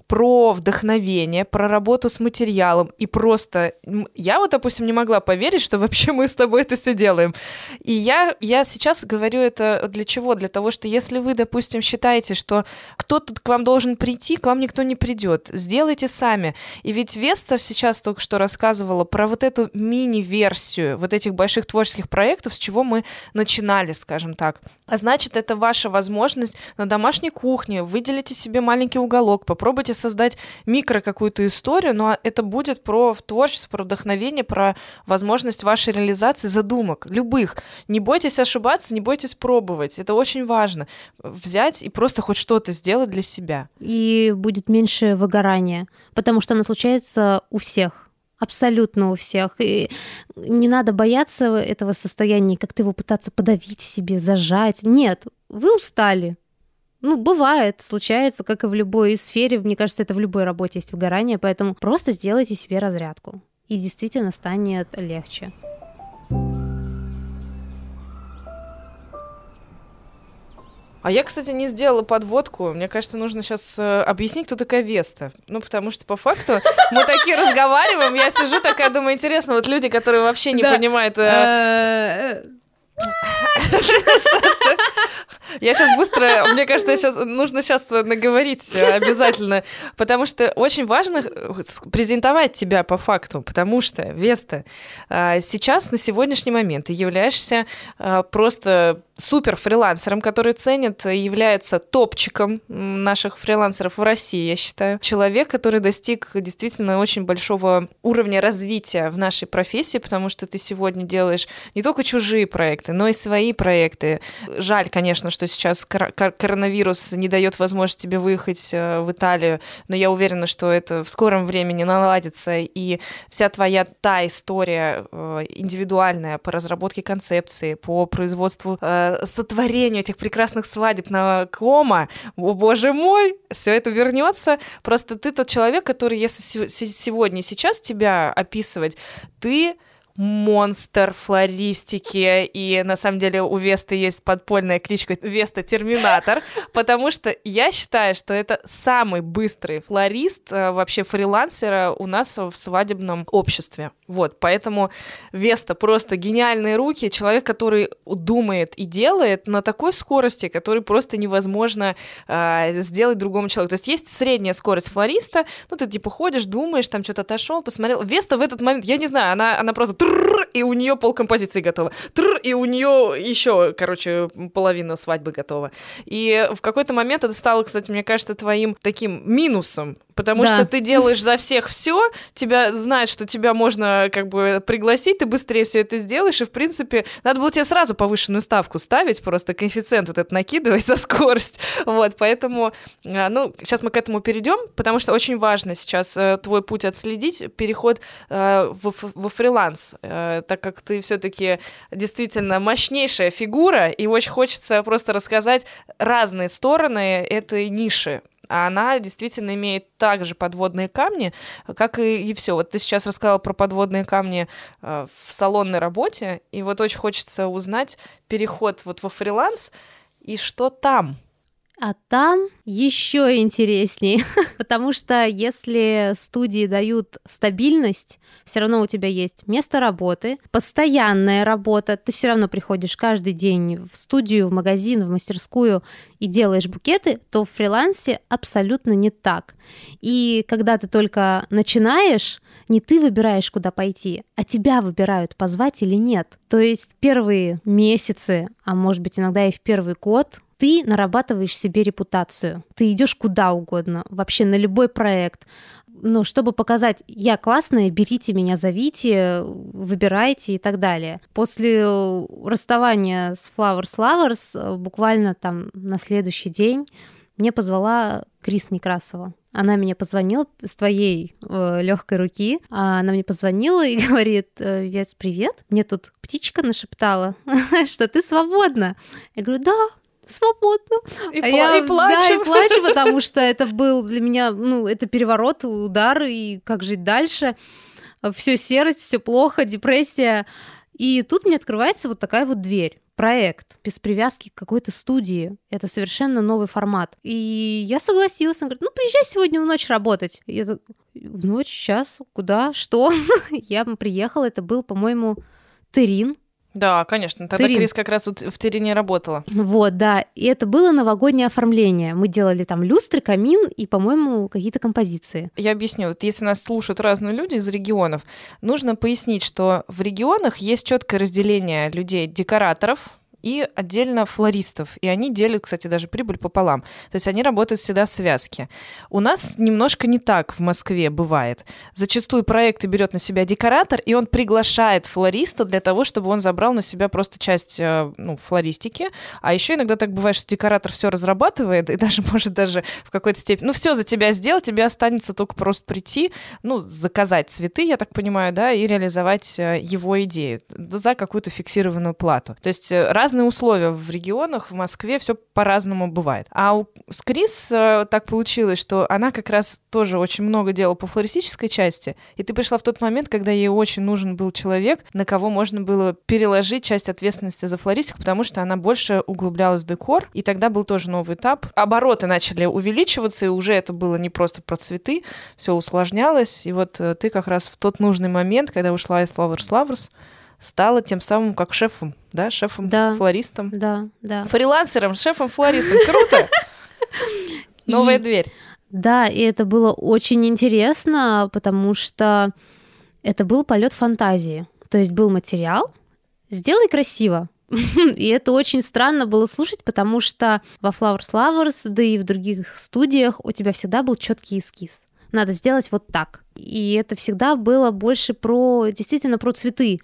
про вдохновение, про работу с материалом. И просто я вот, допустим, не могла поверить, что вообще мы с тобой это все делаем. И я, я сейчас говорю это для чего? Для того, что если вы, допустим, считаете, что кто-то к вам должен прийти, к вам никто не придет. Сделайте сами. И ведь Веста сейчас только что рассказывала про вот эту мини-версию вот этих больших творческих проектов, с чего мы начинали, скажем так. А значит, это ваша возможность на домашней кухне. Выделите себе маленький уголок, попробуйте создать микро какую-то историю, но это будет про творчество, про вдохновение, про возможность вашей реализации задумок, любых. Не бойтесь ошибаться, не бойтесь пробовать. Это очень важно. Взять и просто хоть что-то сделать для себя. И будет меньше выгорания, потому что оно случается у всех. Абсолютно у всех. И не надо бояться этого состояния, как-то его пытаться подавить в себе, зажать. Нет, вы устали. Ну, бывает, случается, как и в любой сфере. Мне кажется, это в любой работе есть выгорание, поэтому просто сделайте себе разрядку. И действительно станет легче. А я, кстати, не сделала подводку. Мне кажется, нужно сейчас э, объяснить, кто такая Веста. Ну, потому что, по факту, мы такие разговариваем, я сижу такая, думаю, интересно, вот люди, которые вообще не понимают... Я сейчас быстро, мне кажется, сейчас нужно сейчас наговорить обязательно, потому что очень важно презентовать тебя по факту, потому что, Веста, сейчас на сегодняшний момент ты являешься просто супер фрилансером, который ценит, является топчиком наших фрилансеров в России, я считаю. Человек, который достиг действительно очень большого уровня развития в нашей профессии, потому что ты сегодня делаешь не только чужие проекты, но и свои проекты. Жаль, конечно, что сейчас коронавирус не дает возможности тебе выехать в Италию, но я уверена, что это в скором времени наладится, и вся твоя та история индивидуальная по разработке концепции, по производству, сотворению этих прекрасных свадеб на Кома, о боже мой, все это вернется. Просто ты тот человек, который, если сегодня и сейчас тебя описывать, ты монстр флористики, и на самом деле у Весты есть подпольная кличка Веста Терминатор, потому что я считаю, что это самый быстрый флорист, вообще фрилансера у нас в свадебном обществе. Вот, поэтому Веста просто гениальные руки, человек, который думает и делает на такой скорости, которой просто невозможно э, сделать другому человеку. То есть есть средняя скорость флориста, ну ты типа ходишь, думаешь, там что-то отошел, посмотрел. Веста в этот момент, я не знаю, она, она просто и у нее пол композиции готова. Тррр, и у нее еще, короче, половина свадьбы готова. И в какой-то момент это стало, кстати, мне кажется, твоим таким минусом, потому да. что ты делаешь за всех все, тебя знают, что тебя можно как бы пригласить, ты быстрее все это сделаешь, и, в принципе, надо было тебе сразу повышенную ставку ставить, просто коэффициент вот этот накидывать за скорость. Вот, поэтому, ну, сейчас мы к этому перейдем, потому что очень важно сейчас твой путь отследить, переход во, во фриланс, так как ты все-таки действительно мощнейшая фигура, и очень хочется просто рассказать разные стороны этой ниши. А она действительно имеет также подводные камни, как и, и все. Вот ты сейчас рассказала про подводные камни э, в салонной работе, и вот очень хочется узнать переход вот во фриланс, и что там? А там еще интереснее, потому что если студии дают стабильность, все равно у тебя есть место работы, постоянная работа, ты все равно приходишь каждый день в студию, в магазин, в мастерскую и делаешь букеты, то в фрилансе абсолютно не так. И когда ты только начинаешь, не ты выбираешь, куда пойти, а тебя выбирают, позвать или нет. То есть первые месяцы, а может быть иногда и в первый год, ты нарабатываешь себе репутацию. Ты идешь куда угодно, вообще на любой проект. Но чтобы показать, я классная, берите меня, зовите, выбирайте и так далее. После расставания с Flowers Lovers буквально там на следующий день мне позвала Крис Некрасова. Она мне позвонила с твоей э, легкой руки. Она мне позвонила и говорит: Вес, привет, мне тут птичка нашептала, что ты свободна. Я говорю: да, свободно. И, а пла- я, и плачу. Да, и плачу, потому что это был для меня, ну, это переворот, удар, и как жить дальше. Все серость, все плохо, депрессия. И тут мне открывается вот такая вот дверь. проект, без привязки к какой-то студии. Это совершенно новый формат. И я согласилась. Он говорит, ну, приезжай сегодня в ночь работать. Я так, в ночь, сейчас, куда, что? Я приехала, это был, по-моему, Терин. Да, конечно. Тогда Терин. Крис как раз вот в Терине работала. Вот, да. И это было новогоднее оформление. Мы делали там люстры, камин и, по-моему, какие-то композиции. Я объясню. Вот если нас слушают разные люди из регионов, нужно пояснить, что в регионах есть четкое разделение людей-декораторов и отдельно флористов. И они делят, кстати, даже прибыль пополам. То есть они работают всегда в связке. У нас немножко не так в Москве бывает. Зачастую проекты берет на себя декоратор, и он приглашает флориста для того, чтобы он забрал на себя просто часть ну, флористики. А еще иногда так бывает, что декоратор все разрабатывает и даже может даже в какой-то степени... Ну, все за тебя сделать, тебе останется только просто прийти, ну, заказать цветы, я так понимаю, да, и реализовать его идею за какую-то фиксированную плату. То есть разные условия в регионах, в Москве все по-разному бывает. А у, с Крис э, так получилось, что она как раз тоже очень много делала по флористической части, и ты пришла в тот момент, когда ей очень нужен был человек, на кого можно было переложить часть ответственности за флористику, потому что она больше углублялась в декор, и тогда был тоже новый этап. Обороты начали увеличиваться, и уже это было не просто про цветы, все усложнялось, и вот э, ты как раз в тот нужный момент, когда ушла из Flowers Lovers, стала тем самым как шефом, да, шефом-флористом. Да, да. Фрилансером, шефом-флористом. Круто! Новая дверь. Да, и это было очень интересно, потому что это был полет фантазии. То есть был материал, сделай красиво. И это очень странно было слушать, потому что во Flowers Lovers, да и в других студиях у тебя всегда был четкий эскиз. Надо сделать вот так. И это всегда было больше про, действительно, про цветы.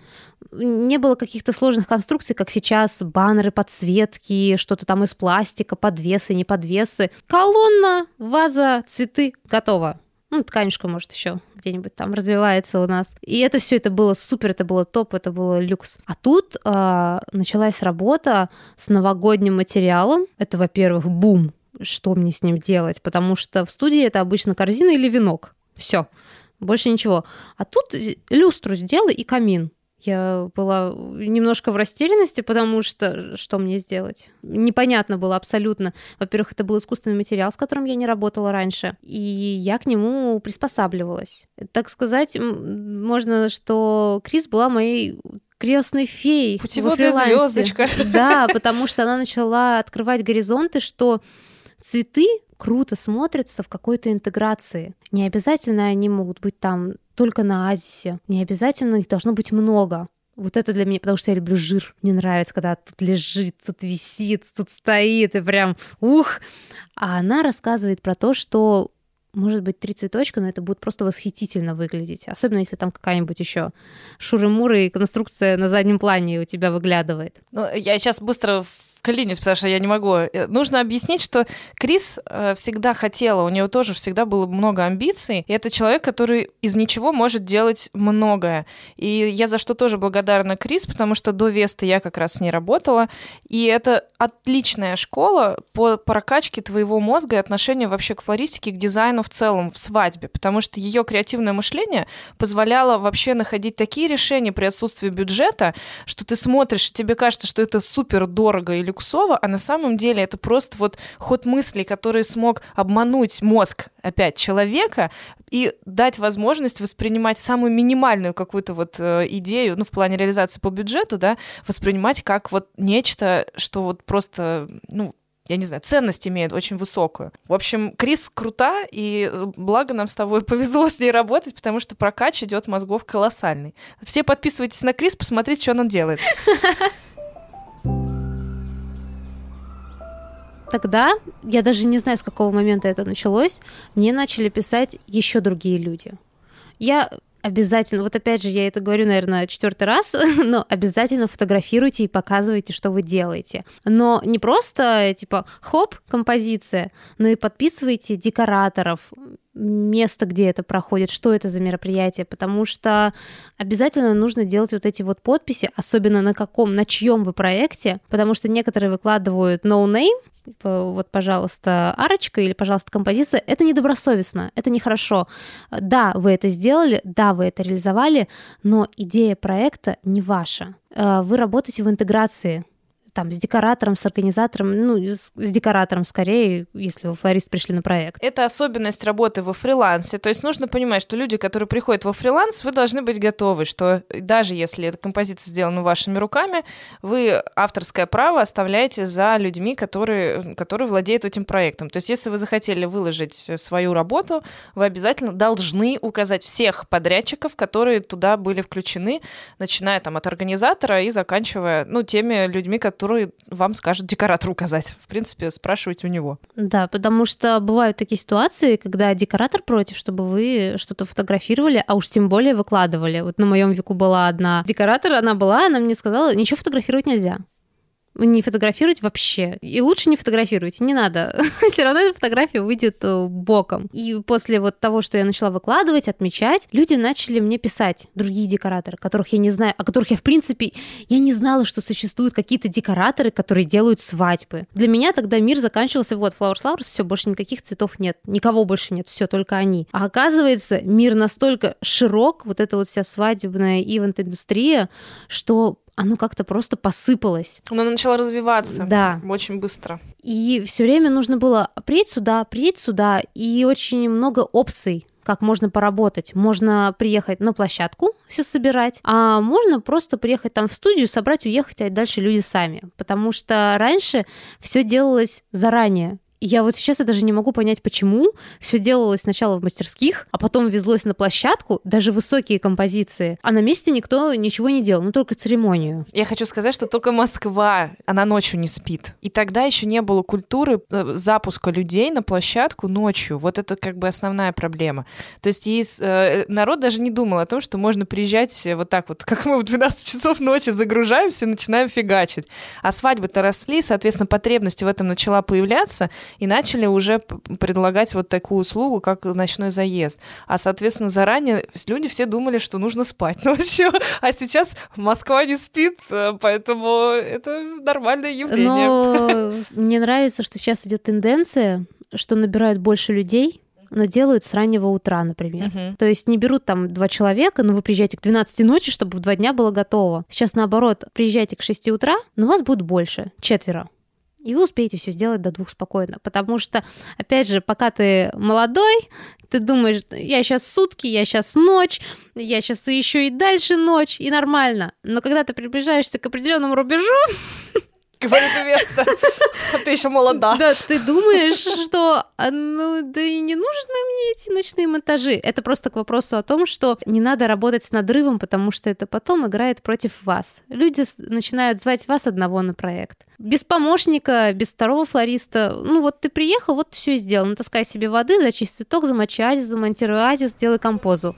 Не было каких-то сложных конструкций, как сейчас, баннеры, подсветки, что-то там из пластика, подвесы, не подвесы. Колонна, ваза, цветы, готово. Ну, тканюшка, может, еще где-нибудь там развивается у нас. И это все это было супер, это было топ, это было люкс. А тут э, началась работа с новогодним материалом. Это, во-первых, бум. Что мне с ним делать? Потому что в студии это обычно корзина или венок. Все, больше ничего. А тут люстру сделай и камин. Я была немножко в растерянности, потому что что мне сделать? Непонятно было абсолютно. Во-первых, это был искусственный материал, с которым я не работала раньше, и я к нему приспосабливалась. Так сказать, можно, что Крис была моей крестной феей. Путеводная звездочка. Да, потому что она начала открывать горизонты, что цветы круто смотрятся в какой-то интеграции. Не обязательно они могут быть там только на Азисе. Не обязательно их должно быть много. Вот это для меня, потому что я люблю жир. Мне нравится, когда тут лежит, тут висит, тут стоит, и прям ух. А она рассказывает про то, что может быть три цветочка, но это будет просто восхитительно выглядеть. Особенно, если там какая-нибудь еще шуры-муры и конструкция на заднем плане у тебя выглядывает. Ну, я сейчас быстро вклинюсь, потому что я не могу. Нужно объяснить, что Крис всегда хотела, у нее тоже всегда было много амбиций, и это человек, который из ничего может делать многое. И я за что тоже благодарна Крис, потому что до Весты я как раз с ней работала, и это отличная школа по прокачке твоего мозга и отношению вообще к флористике, к дизайну в целом, в свадьбе, потому что ее креативное мышление позволяло вообще находить такие решения при отсутствии бюджета, что ты смотришь, и тебе кажется, что это супер дорого или люксово, а на самом деле это просто вот ход мыслей, который смог обмануть мозг, опять, человека и дать возможность воспринимать самую минимальную какую-то вот э, идею, ну, в плане реализации по бюджету, да, воспринимать как вот нечто, что вот просто, ну, я не знаю, ценность имеет очень высокую. В общем, Крис крута, и благо нам с тобой повезло с ней работать, потому что прокач идет мозгов колоссальный. Все подписывайтесь на Крис, посмотрите, что она делает. Тогда, я даже не знаю, с какого момента это началось, мне начали писать еще другие люди. Я обязательно, вот опять же, я это говорю, наверное, четвертый раз, но обязательно фотографируйте и показывайте, что вы делаете. Но не просто, типа, хоп, композиция, но и подписывайте декораторов, место, где это проходит, что это за мероприятие, потому что обязательно нужно делать вот эти вот подписи, особенно на каком, на чьем вы проекте, потому что некоторые выкладывают no name, типа, вот, пожалуйста, арочка или, пожалуйста, композиция. Это недобросовестно, это нехорошо. Да, вы это сделали, да, вы это реализовали, но идея проекта не ваша. Вы работаете в интеграции там, с декоратором, с организатором, ну, с, с декоратором скорее, если вы флорист пришли на проект. Это особенность работы во фрилансе. То есть нужно понимать, что люди, которые приходят во фриланс, вы должны быть готовы, что даже если эта композиция сделана вашими руками, вы авторское право оставляете за людьми, которые, которые владеют этим проектом. То есть если вы захотели выложить свою работу, вы обязательно должны указать всех подрядчиков, которые туда были включены, начиная там от организатора и заканчивая, ну, теми людьми, которые вам скажет декоратор указать. В принципе, спрашивайте у него. Да, потому что бывают такие ситуации, когда декоратор против, чтобы вы что-то фотографировали, а уж тем более выкладывали. Вот на моем веку была одна декоратор, она была, она мне сказала, ничего фотографировать нельзя. Не фотографировать вообще. И лучше не фотографируйте, не надо. Все равно эта фотография выйдет боком. И после вот того, что я начала выкладывать, отмечать, люди начали мне писать, другие декораторы, которых я не знаю, о которых я, в принципе, я не знала, что существуют какие-то декораторы, которые делают свадьбы. Для меня тогда мир заканчивался, вот, Flowers Flowers, все, больше никаких цветов нет, никого больше нет, все, только они. А оказывается, мир настолько широк, вот эта вот вся свадебная ивент-индустрия, что оно как-то просто посыпалось. Оно начало развиваться. Да. Очень быстро. И все время нужно было приедь сюда, приедь сюда, и очень много опций, как можно поработать. Можно приехать на площадку, все собирать, а можно просто приехать там в студию, собрать, уехать, а дальше люди сами. Потому что раньше все делалось заранее. Я вот сейчас я даже не могу понять, почему. Все делалось сначала в мастерских, а потом везлось на площадку, даже высокие композиции. А на месте никто ничего не делал, ну только церемонию. Я хочу сказать, что только Москва, она ночью не спит. И тогда еще не было культуры запуска людей на площадку ночью. Вот это как бы основная проблема. То есть и, э, народ даже не думал о том, что можно приезжать вот так вот, как мы в двенадцать часов ночи загружаемся и начинаем фигачить. А свадьбы-то росли, соответственно, потребность в этом начала появляться, и начали уже предлагать вот такую услугу, как ночной заезд. А, соответственно, заранее люди все думали, что нужно спать ночью, а сейчас Москва не спит, поэтому это нормальное явление. Но мне нравится, что сейчас идет тенденция, что набирают больше людей, но делают с раннего утра, например. Uh-huh. То есть не берут там два человека, но вы приезжаете к двенадцати ночи, чтобы в два дня было готово. Сейчас наоборот, приезжайте к шести утра, но вас будет больше, четверо. И вы успеете все сделать до двух спокойно. Потому что, опять же, пока ты молодой, ты думаешь, я сейчас сутки, я сейчас ночь, я сейчас еще и дальше ночь, и нормально. Но когда ты приближаешься к определенному рубежу... Говорит невеста, а ты еще молода. Да, ты думаешь, что ну да и не нужны мне эти ночные монтажи. Это просто к вопросу о том, что не надо работать с надрывом, потому что это потом играет против вас. Люди начинают звать вас одного на проект. Без помощника, без второго флориста. Ну вот ты приехал, вот все сделал. Натаскай себе воды, зачисть цветок, замочи азис, замонтируй азис, сделай композу.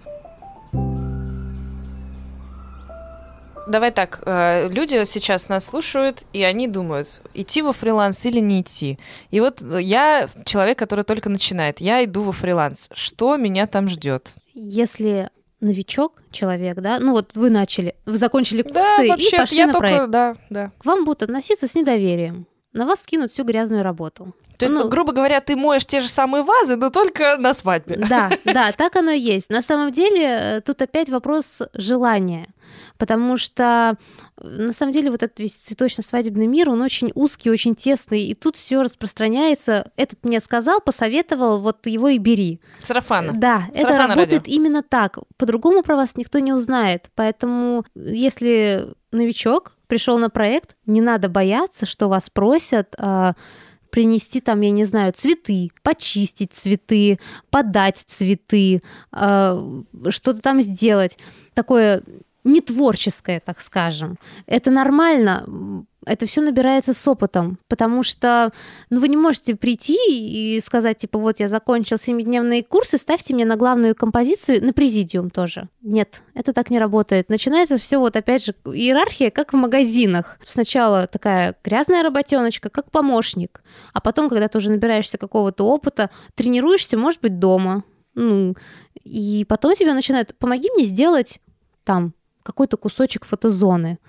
Давай так, люди сейчас нас слушают, и они думают, идти во фриланс или не идти. И вот я человек, который только начинает, я иду во фриланс. Что меня там ждет? Если новичок человек, да, ну вот вы начали, вы закончили курсы да, и вообще, пошли я на только, проект. Да, да. К вам будут относиться с недоверием. На вас скинут всю грязную работу. То есть, ну, грубо говоря, ты моешь те же самые вазы, но только на свадьбе. Да, да, так оно и есть. На самом деле тут опять вопрос желания. Потому что, на самом деле, вот этот весь цветочно-свадебный мир, он очень узкий, очень тесный, и тут все распространяется. Этот мне сказал, посоветовал, вот его и бери. Сарафанно. Да, Сарафанно это работает радио. Именно так. По-другому про вас никто не узнает. Поэтому, если новичок пришел на проект, не надо бояться, что вас просят а, принести там, я не знаю, цветы, почистить цветы, подать цветы, а, что-то там сделать. Такое не творческое, так скажем. Это нормально. Это все набирается с опытом, потому что ну, вы не можете прийти и сказать, типа, вот я закончил семидневные курсы, ставьте мне на главную композицию, на президиум тоже. Нет, это так не работает. Начинается все вот опять же иерархия, как в магазинах. Сначала такая грязная работеночка, как помощник, а потом, когда ты уже набираешься какого-то опыта, тренируешься, может быть, дома, ну, и потом тебя начинают, помоги мне сделать там какой-то кусочек фотозоны.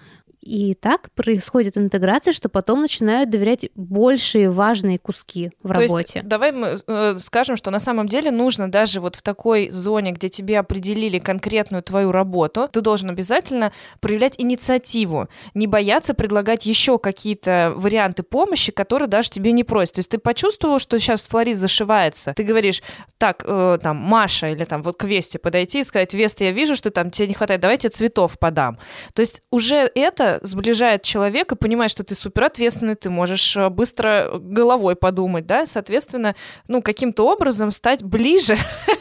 И так происходит интеграция, что потом начинают доверять большие важные куски в То работе. есть, давай мы э, скажем, что на самом деле нужно даже вот в такой зоне, где тебе определили конкретную твою работу, ты должен обязательно проявлять инициативу, не бояться предлагать еще какие-то варианты помощи, которые даже тебе не просят. То есть ты почувствовал, что сейчас флорист зашивается, ты говоришь, так, э, там, Маша, или там вот к Весте подойти и сказать, Веста, я вижу, что там тебе не хватает, давай я тебе цветов подам. То есть уже это сближает человека, понимает, что ты суперответственный, ты можешь быстро головой подумать, да, соответственно, ну, каким-то образом стать ближе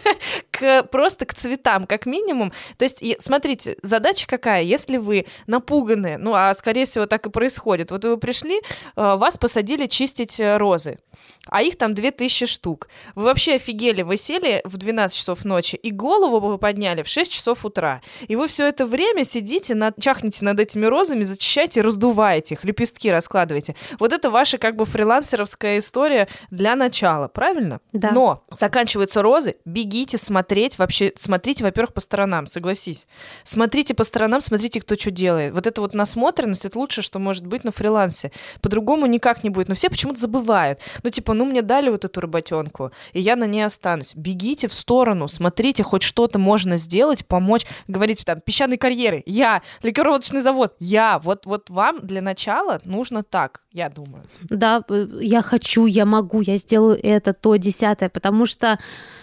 к, просто к цветам, как минимум. То есть, смотрите, задача какая? Если вы напуганы, ну, а скорее всего так и происходит, вот вы пришли, вас посадили чистить розы, а их там две тысячи штук. Вы вообще офигели, вы сели в двенадцать часов ночи и голову вы подняли в шесть часов утра, и вы все это время сидите, над, чахнете над этими розами, зачищаете, раздуваете их, лепестки раскладываете. Вот это ваша как бы фрилансеровская история для начала, правильно? Да. Но заканчиваются розы, бегите смотреть, вообще смотрите, во-первых, по сторонам, согласись. Смотрите по сторонам, смотрите, кто что делает. Вот это вот насмотренность, это лучшее, что может быть на фрилансе. По-другому никак не будет. Но все почему-то забывают. Ну, типа, ну, мне дали вот эту работенку, и я на ней останусь. Бегите в сторону, смотрите, хоть что-то можно сделать, помочь. Говорите, там, песчаные карьеры, я, ликероводочный завод, я. Вот, вот вам для начала нужно так, я думаю. Да, я хочу, я могу, я сделаю это, то, десятое, потому что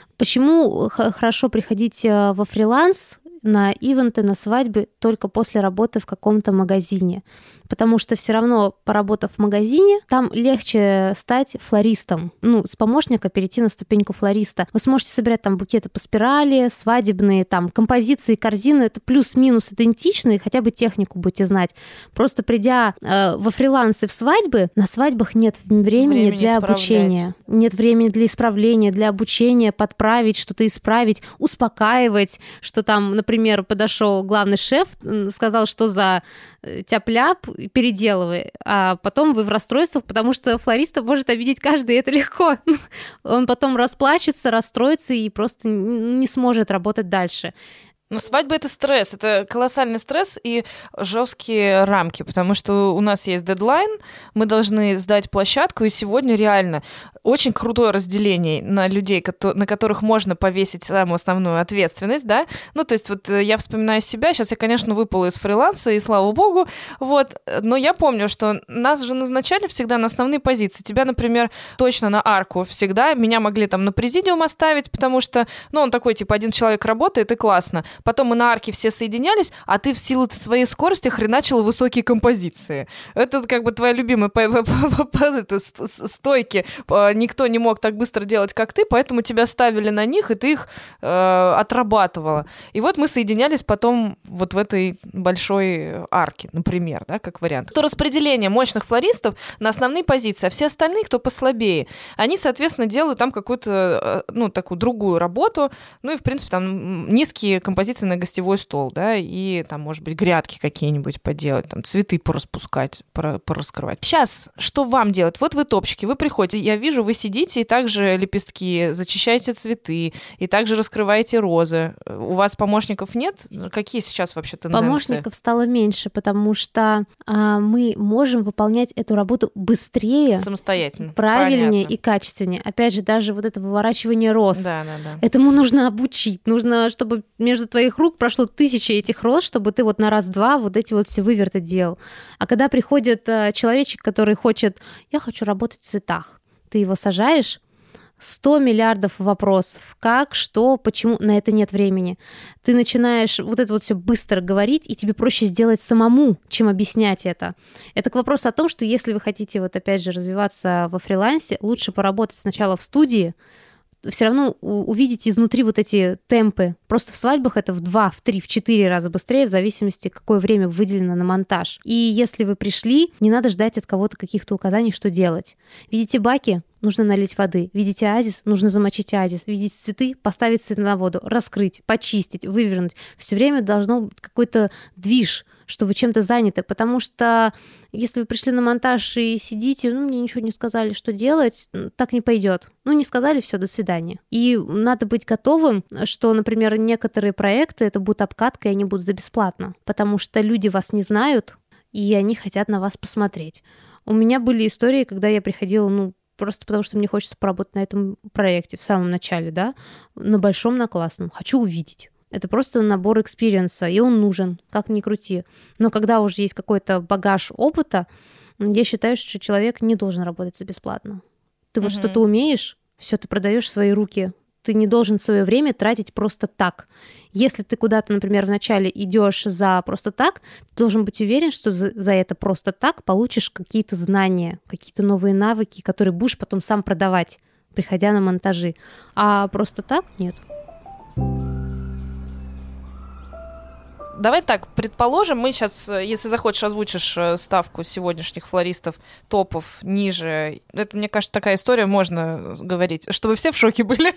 почему хорошо приходить во фриланс на ивенты, на свадьбы только после работы в каком-то магазине? Потому что все равно, поработав в магазине, там легче стать флористом. Ну, с помощника перейти на ступеньку флориста. Вы сможете собирать там букеты по спирали, свадебные, там, композиции, корзины. Это плюс-минус идентичные, хотя бы технику будете знать. Просто придя э, во фриланс и в свадьбы, на свадьбах нет времени, времени для обучения. Нет времени для исправления, для обучения, подправить, что-то исправить, успокаивать, что там, например, подошел главный шеф, сказал, что за тяп-ляп, переделывай, а потом вы в расстройствах, потому что флориста может обидеть каждый, и это легко. Он потом расплачется, расстроится и просто не сможет работать дальше. Но свадьба — это стресс, это колоссальный стресс и жесткие рамки, потому что у нас есть дедлайн, мы должны сдать площадку, и сегодня реально очень крутое разделение на людей, на которых можно повесить самую основную ответственность, да, ну, то есть вот я вспоминаю себя, сейчас я, конечно, выпала из фриланса, и слава богу, вот, но я помню, что нас же назначали всегда на основные позиции, тебя, например, точно на арку всегда, меня могли там на президиум оставить, потому что, ну, он такой, типа, один человек работает, и классно. Потом мы на арке все соединялись, а ты в силу своей скорости хреначила высокие композиции. Это как бы твоя любимая стойки. Никто не мог так быстро делать, как ты, поэтому тебя ставили на них, и ты их э, отрабатывала. И вот мы соединялись потом вот в этой большой арке, например, да, как вариант. То распределение мощных флористов на основные позиции, а все остальные, кто послабее, они, соответственно, делают там какую-то, ну, такую другую работу, ну и, в принципе, там низкие композиции на гостевой стол, да, и там, может быть, грядки какие-нибудь поделать, там, цветы пораспускать, пораскрывать. Сейчас что вам делать? Вот вы топчики, вы приходите, я вижу, вы сидите и также лепестки, зачищаете цветы, и также раскрываете розы. У вас помощников нет? Какие сейчас вообще тенденции? Помощников стало меньше, потому что а, мы можем выполнять эту работу быстрее, самостоятельно, правильнее понятно. И качественнее. Опять же, даже вот это выворачивание роз. Да, да, да. Этому нужно обучить, нужно, чтобы между твоих рук прошло тысячи этих роз, чтобы ты вот на раз-два вот эти вот все выверты делал. А когда приходит э, человечек, который хочет, я хочу работать в цветах, ты его сажаешь, сто миллиардов вопросов, как, что, почему, на это нет времени. Ты начинаешь вот это вот все быстро говорить, и тебе проще сделать самому, чем объяснять это. Это к вопросу о том, что если вы хотите вот опять же развиваться во фрилансе, лучше поработать сначала в студии, все равно увидите изнутри вот эти темпы. Просто в свадьбах это в два, в три, в четыре раза быстрее, в зависимости, какое время выделено на монтаж. И если вы пришли, не надо ждать от кого-то каких-то указаний, что делать. Видите баки? Нужно налить воды. Видите оазис? Нужно замочить оазис. Видите цветы? Поставить цветы на воду, раскрыть, почистить, вывернуть. Все время должно быть какой-то движ, что вы чем-то заняты, потому что если вы пришли на монтаж и сидите, ну, мне ничего не сказали, что делать, так не пойдет. Ну, не сказали, все, до свидания. И надо быть готовым, что, например, некоторые проекты, это будут обкатка, и они будут за бесплатно, потому что люди вас не знают, и они хотят на вас посмотреть. У меня были истории, когда я приходила, ну, просто потому что мне хочется поработать на этом проекте в самом начале, да, на большом, на классном. Хочу увидеть. Это просто набор экспириенса, и он нужен, как ни крути. Но когда уже есть какой-то багаж опыта, я считаю, что человек не должен работать за бесплатно. Ты вот mm-hmm. что-то умеешь, все, ты продаешь свои руки. Ты не должен свое время тратить просто так. Если ты куда-то, например, вначале идешь за просто так, ты должен быть уверен, что за, за это просто так получишь какие-то знания, какие-то новые навыки, которые будешь потом сам продавать, приходя на монтажи. А просто так нет. Давай так, предположим, мы сейчас, если захочешь, озвучишь ставку сегодняшних флористов, топов ниже. Это, мне кажется, такая история, можно говорить, чтобы все в шоке были.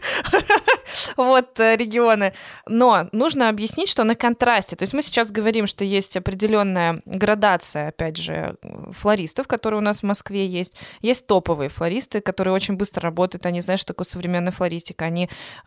Вот, регионы. Но нужно объяснить, что на контрасте. То есть мы сейчас говорим, что есть определенная градация, опять же, флористов, которые у нас в Москве есть. Есть топовые флористы, которые очень быстро работают. Они, знаешь, что такое современная флористика. Они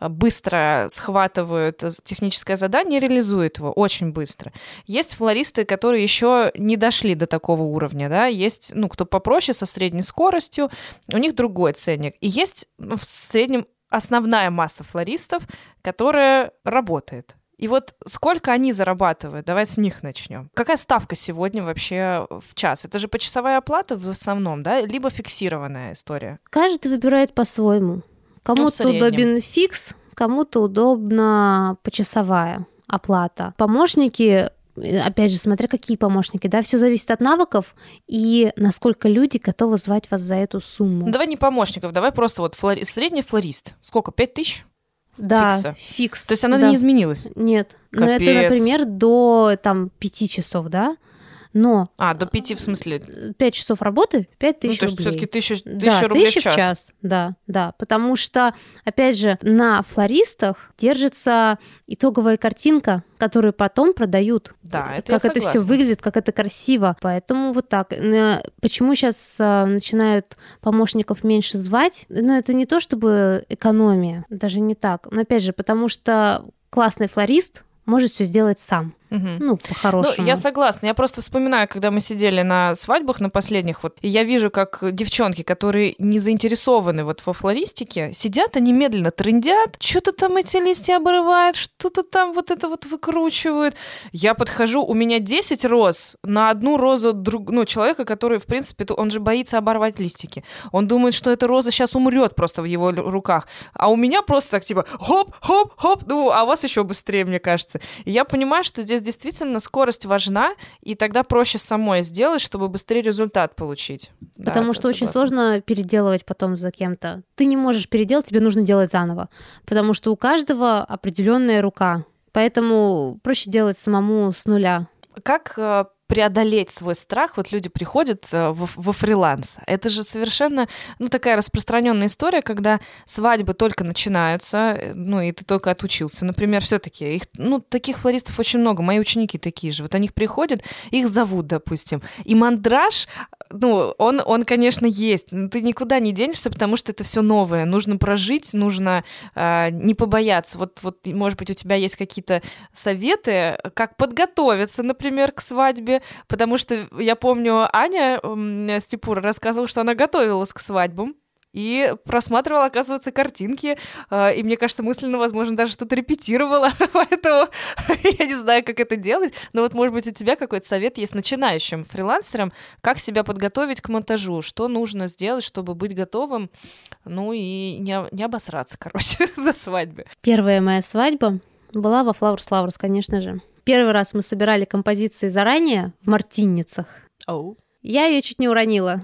быстро схватывают техническое задание и реализуют его очень быстро. Быстро. Есть флористы, которые еще не дошли до такого уровня, да, есть, ну, кто попроще, со средней скоростью, у них другой ценник. И есть, ну, в среднем основная масса флористов, которая работает. И вот сколько они зарабатывают? Давай с них начнем. Какая ставка сегодня вообще в час? Это же почасовая оплата в основном, да, либо фиксированная история? Каждый выбирает по-своему. Кому-то ну, удобен фикс, кому-то удобна почасовая оплата. Помощники, опять же, смотря какие помощники, да, все зависит от навыков и насколько люди готовы звать вас за эту сумму. Ну, давай не помощников, давай просто вот флори... средний флорист. Сколько? Пять тысяч? Да, Фикса. фикс. То есть она да. не изменилась? Нет. Капец. Но это, например, до там пяти часов, да? Но... А, до пяти в смысле? Пять часов работы, пять тысяч ну, то рублей. То есть все-таки тысяча, да, тысяча рублей тысяча в час. в час. Да, да. Потому что, опять же, на флористах держится итоговая картинка, которую потом продают. Да, это как я это согласна. все выглядит, как это красиво. Поэтому вот так. Почему сейчас начинают помощников меньше звать? Ну, это не то чтобы экономия, даже не так. Но опять же, потому что классный флорист может все сделать сам. Угу. Ну, по-хорошему. Ну, я согласна. Я просто вспоминаю, когда мы сидели на свадьбах, на последних, вот, и я вижу, как девчонки, которые не заинтересованы вот во флористике, сидят, они медленно трындят, что-то там эти листья обрывают, что-то там вот это вот выкручивают. Я подхожу, у меня десять роз на одну розу друг... ну, человека, который, в принципе, он же боится оборвать листики. Он думает, что эта роза сейчас умрет просто в его руках. А у меня просто так, типа, хоп-хоп-хоп, ну, а у вас еще быстрее, мне кажется. И я понимаю, что здесь действительно скорость важна, и тогда проще самой сделать, чтобы быстрее результат получить. Потому да, что очень сложно переделывать потом за кем-то. Ты не можешь переделать, тебе нужно делать заново. Потому что у каждого определенная рука. Поэтому проще делать самому с нуля. Как преодолеть свой страх? Вот люди приходят во, во фриланс. Это же совершенно, ну, такая распространенная история, когда свадьбы только начинаются, ну, и ты только отучился. Например, все-таки их, ну, таких флористов очень много. Мои ученики такие же. Вот они приходят, их зовут, допустим. И мандраж, ну, он, он, конечно, есть. Но ты никуда не денешься, потому что это все новое. Нужно прожить, нужно э, не побояться. Вот, вот, может быть, у тебя есть какие-то советы, как подготовиться, например, к свадьбе. Потому что я помню, Аня Степура рассказывала, что она готовилась к свадьбам и просматривала, оказывается, картинки. И мне кажется, мысленно, возможно, даже что-то репетировала. Поэтому я не знаю, как это делать. Но вот, может быть, у тебя какой-то совет есть начинающим фрилансерам, как себя подготовить к монтажу, что нужно сделать, чтобы быть готовым, ну и не, не обосраться, короче, на свадьбе. Первая моя свадьба была во Flowers Flowers, конечно же. Первый раз мы собирали композиции заранее в Мартинницах. Oh. Я ее чуть не уронила.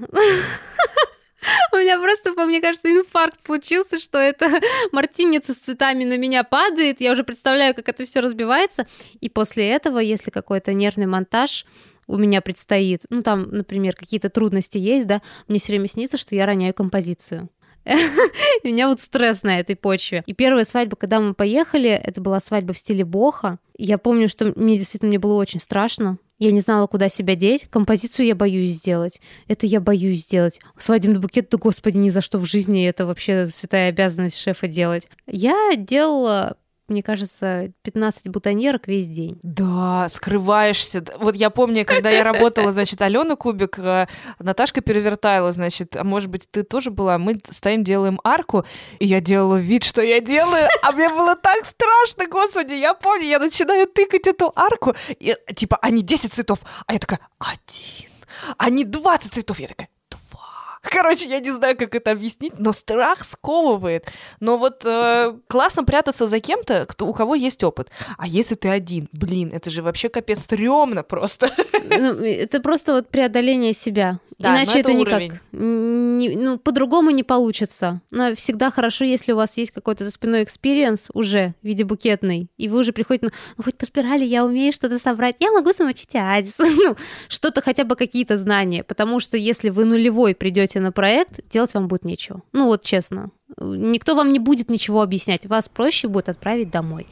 У меня просто, мне кажется, инфаркт случился, что это мартинница с цветами на меня падает. Я уже представляю, как это все разбивается. И после этого, если какой-то нервный монтаж у меня предстоит, ну там, например, какие-то трудности есть, да, мне все время снится, что я роняю композицию. У меня вот стресс на этой почве. И первая свадьба, когда мы поехали, это была свадьба в стиле бохо. Я помню, что мне действительно мне было очень страшно. Я не знала, куда себя деть. Композицию я боюсь сделать. Это я боюсь сделать. Свадебный букет, да господи, ни за что в жизни. Это вообще святая обязанность шефа делать. Я делала мне кажется, пятнадцать бутоньерок весь день. Да, скрываешься. Вот я помню, когда я работала, значит, Алена Кубик, Наташка Перевертайло, значит, а может быть, ты тоже была, мы стоим, делаем арку, и я делала вид, что я делаю, а мне было так страшно, господи, я помню, я начинаю тыкать эту арку, и, типа, они десять цветов, а я такая, один, они двадцать цветов, я такая, короче, я не знаю, как это объяснить, но страх сковывает. Но вот э, классно прятаться за кем-то, кто, у кого есть опыт. А если ты один? Блин, это же вообще капец стрёмно просто. Ну, это просто вот преодоление себя. Да, Иначе это, это уровень. никак. Не, ну, по-другому не получится. Но всегда хорошо, если у вас есть какой-то за спиной экспириенс уже в виде букетной, и вы уже приходите, ну, ну хоть по спирали я умею что-то собрать, я могу замочить оазис. Ну, что-то, хотя бы какие-то знания. Потому что если вы нулевой придете на проект, делать вам будет нечего. Ну вот честно. Никто вам не будет ничего объяснять. Вас проще будет отправить домой.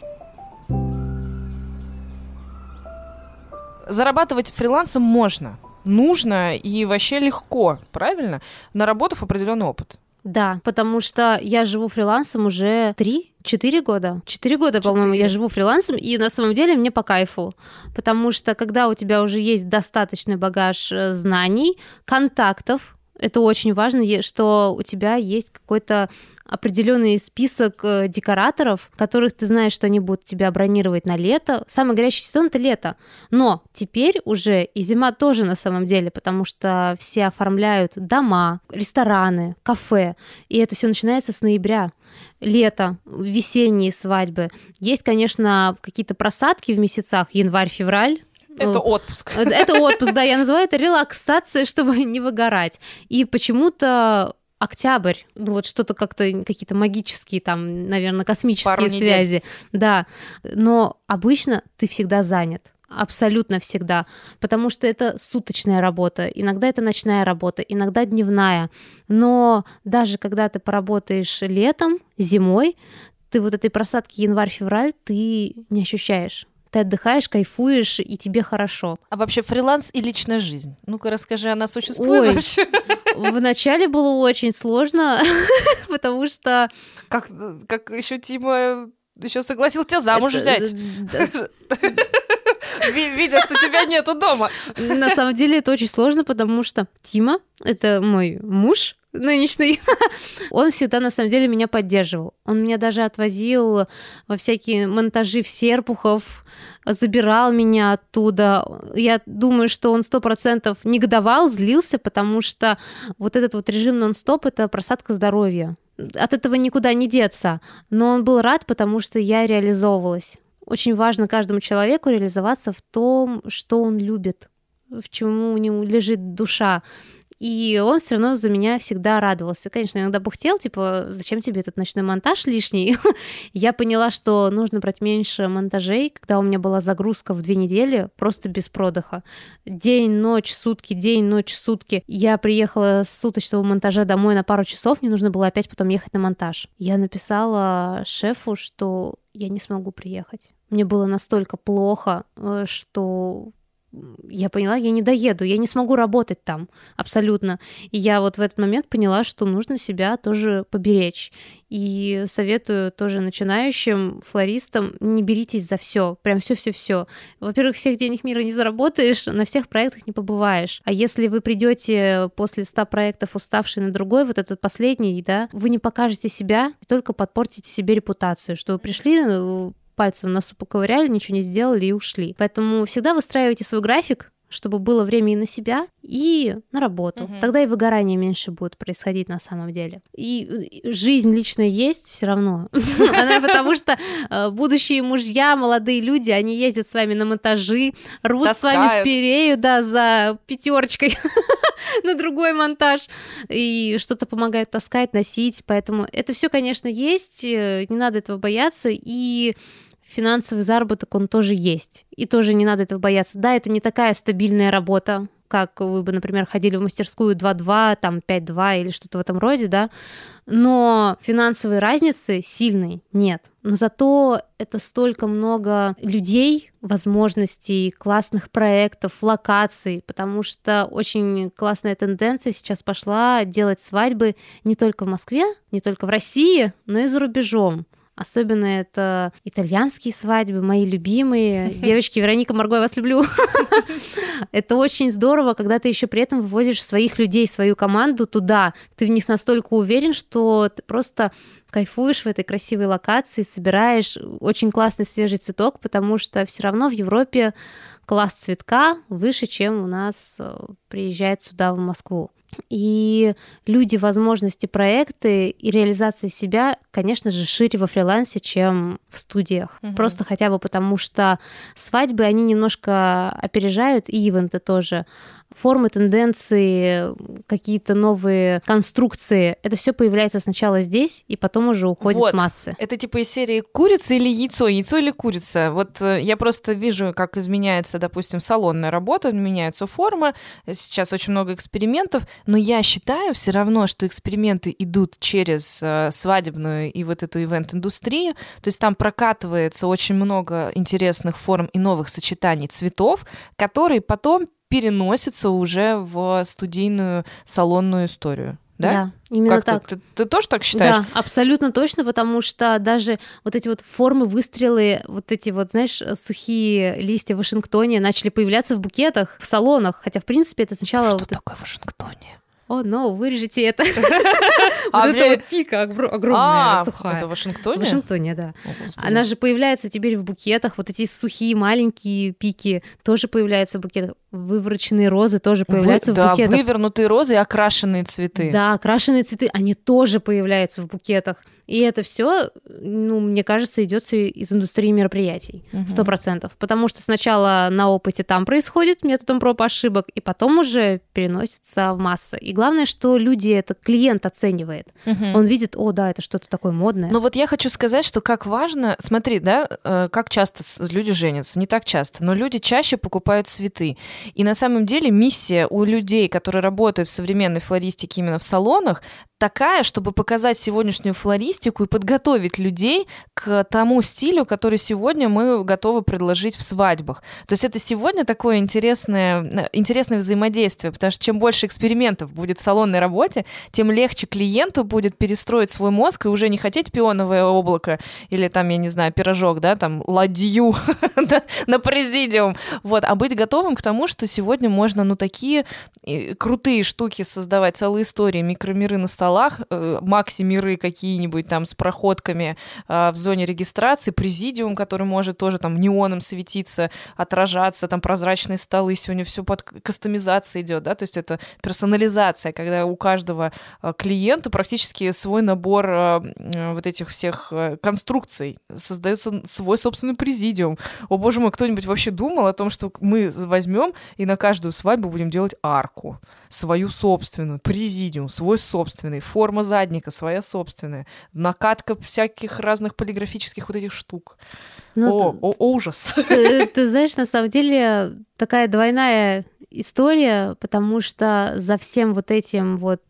Зарабатывать фрилансом можно, нужно и вообще легко, правильно? Наработав определенный опыт. Да, потому что я живу фрилансом уже три-четыре года. Четыре года, по-моему, я живу фрилансом, и на самом деле мне по кайфу. Потому что когда у тебя уже есть достаточный багаж знаний, контактов, это очень важно, что у тебя есть какой-то определенный список декораторов, которых ты знаешь, что они будут тебя бронировать на лето. Самый горячий сезон — это лето. Но теперь уже и зима тоже на самом деле, потому что все оформляют дома, рестораны, кафе, и это все начинается с ноября. Лето, весенние свадьбы. Есть, конечно, какие-то просадки в месяцах январь-февраль. Это отпуск. Это отпуск, да, я называю это релаксацией, чтобы не выгорать. И почему-то октябрь, ну вот что-то как-то, какие-то магические там, наверное, космические Пару связи. Недель. Да, но обычно ты всегда занят. Абсолютно всегда, потому что это суточная работа, иногда это ночная работа, иногда дневная, но даже когда ты поработаешь летом, зимой, ты вот этой просадки январь-февраль ты не ощущаешь. Ты отдыхаешь, кайфуешь, и тебе хорошо. А вообще фриланс и личная жизнь? Ну-ка расскажи, она существует Ой, вообще? Вначале было очень сложно, потому что... Как, как еще Тима еще согласил тебя замуж это, взять? Видя, что тебя нету дома. На самом деле это очень сложно, потому что Тима, это мой муж, нынешний, он всегда, на самом деле, меня поддерживал. Он меня даже отвозил во всякие монтажи в Серпухов, забирал меня оттуда. Я думаю, что он сто процентов негодовал, злился, потому что вот этот вот режим нон-стоп — это просадка здоровья. От этого никуда не деться. Но он был рад, потому что я реализовывалась. Очень важно каждому человеку реализоваться в том, что он любит, в чему у него лежит душа. И он все равно за меня всегда радовался. Конечно, иногда бухтел, типа, зачем тебе этот ночной монтаж лишний? Я поняла, что нужно брать меньше монтажей, когда у меня была загрузка в две недели, просто без продыха. День, ночь, сутки, день, ночь, сутки. Я приехала с суточного монтажа домой на пару часов, мне нужно было опять потом ехать на монтаж. Я написала шефу, что я не смогу приехать. Мне было настолько плохо, что... Я поняла, я не доеду, я не смогу работать там абсолютно. И я вот в этот момент поняла, что нужно себя тоже поберечь. И советую тоже начинающим флористам: не беритесь за все, прям все-все-все. Во-первых, всех денег мира не заработаешь, на всех проектах не побываешь. А если вы придете после ста проектов уставший на другой, вот этот последний, да, вы не покажете себя, только подпортите себе репутацию, что вы пришли, пальцем в носу поковыряли, ничего не сделали и ушли. Поэтому всегда выстраивайте свой график, чтобы было время и на себя, и на работу. Угу. Тогда и выгорание меньше будет происходить на самом деле. И жизнь личная есть все равно. Потому что будущие мужья, молодые люди, они ездят с вами на монтажи, рвут с вами спирею, да, за пятерочкой на другой монтаж, и что-то помогает таскать, носить. Поэтому это все, конечно, есть, не надо этого бояться, и финансовый заработок, он тоже есть. И тоже не надо этого бояться. Да, это не такая стабильная работа, как вы бы, например, ходили в мастерскую два-два, там пять-два или что-то в этом роде, да, но финансовой разницы сильной нет. Но зато это столько много людей, возможностей, классных проектов, локаций, потому что очень классная тенденция сейчас пошла делать свадьбы не только в Москве, не только в России, но и за рубежом. Особенно это итальянские свадьбы, мои любимые. Девочки, Вероника, Марго, я вас люблю. Это очень здорово, когда ты еще при этом вывозишь своих людей, свою команду туда. Ты в них настолько уверен, что ты просто кайфуешь в этой красивой локации, собираешь очень классный свежий цветок, потому что все равно в Европе класс цветка выше, чем у нас приезжает сюда, в Москву. И люди, возможности, проекты и реализация себя, конечно же, шире во фрилансе, чем в студиях. Угу. Просто хотя бы потому, что свадьбы, они немножко опережают, и ивенты тоже. Формы, тенденции, какие-то новые конструкции. Это все появляется сначала здесь, и потом уже уходит вот. в массы. Это типа из серии курица или яйцо? Яйцо или курица? Вот я просто вижу, как изменяется, допустим, салонная работа, меняются формы. Сейчас очень много экспериментов, но я считаю все равно, что эксперименты идут через свадебную и вот эту ивент-индустрию. То есть там прокатывается очень много интересных форм и новых сочетаний цветов, которые потом переносится уже в студийную салонную историю. Да? Да, именно как так. Ты, ты, ты тоже так считаешь? Да, абсолютно точно, потому что даже вот эти вот формы, выстрелы, вот эти вот, знаешь, сухие листья в Вашингтоне начали появляться в букетах, в салонах, хотя, в принципе, это сначала... Что вот такое в Вашингтоне? О, ну, вырежите это. Вот это вот пика огромная, сухая. Это в Вашингтоне? В Вашингтоне, да. Она же появляется теперь в букетах. Вот эти сухие маленькие пики тоже появляются в букетах. Вывороченные розы тоже появляются в букетах. Да, вывернутые розы и окрашенные цветы. Да, окрашенные цветы, они тоже появляются в букетах. И это все, ну, мне кажется, идет из индустрии мероприятий, сто процентов. Потому что сначала на опыте там происходит методом проб и ошибок, и потом уже переносится в массы. И главное, что люди, это клиент оценивает. Угу. Он видит, о, да, это что-то такое модное. Ну вот я хочу сказать, что как важно, смотри, да, как часто люди женятся, не так часто, но люди чаще покупают цветы. И на самом деле миссия у людей, которые работают в современной флористике именно в салонах, такая, чтобы показать сегодняшнюю флористику и подготовить людей к тому стилю, который сегодня мы готовы предложить в свадьбах. То есть это сегодня такое интересное, интересное взаимодействие, потому что чем больше экспериментов будет в салонной работе, тем легче клиенту будет перестроить свой мозг и уже не хотеть пионовое облако или там, я не знаю, пирожок, да, там, ладью на президиум, вот, а быть готовым к тому, что сегодня можно, ну, такие крутые штуки создавать, целые истории, микромиры на столах, макси-миры какие-нибудь там с проходками э, в зоне регистрации, президиум, который может тоже там неоном светиться, отражаться, там прозрачные столы, сегодня все под кастомизацией идет, да, то есть это персонализация, когда у каждого э, клиента практически свой набор э, вот этих всех э, конструкций, создается свой собственный президиум. О, боже мой, кто-нибудь вообще думал о том, что мы возьмем и на каждую свадьбу будем делать арку, свою собственную, президиум, свой собственный, форма задника своя собственная, накатка всяких разных полиграфических вот этих штук. Ну, о, ты, о, ужас. Ты, ты знаешь, на самом деле такая двойная история, потому что за всем вот этим вот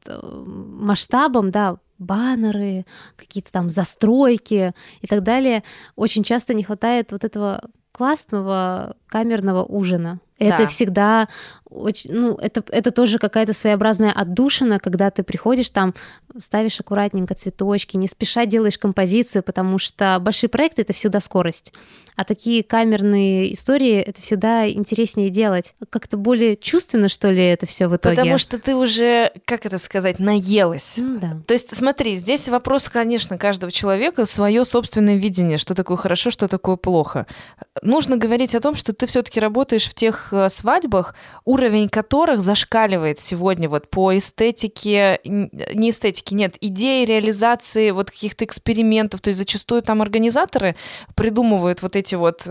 масштабом, да, баннеры, какие-то там застройки и так далее, очень часто не хватает вот этого классного камерного ужина. Это да. всегда очень, ну, это, это тоже какая-то своеобразная отдушина, когда ты приходишь там, ставишь аккуратненько цветочки, не спеша делаешь композицию, потому что большие проекты — это всегда скорость. А такие камерные истории — это всегда интереснее делать. Как-то более чувственно, что ли, это все в итоге. Потому что ты уже, как это сказать, наелась. Ну, да. То есть, смотри, здесь вопрос, конечно, каждого человека, свое собственное видение, что такое хорошо, что такое плохо. Нужно говорить о том, что ты все-таки работаешь в тех свадьбах, уровень которых зашкаливает сегодня вот по эстетике, не эстетике, нет, идеи реализации вот каких-то экспериментов. То есть зачастую там организаторы придумывают вот эти вот,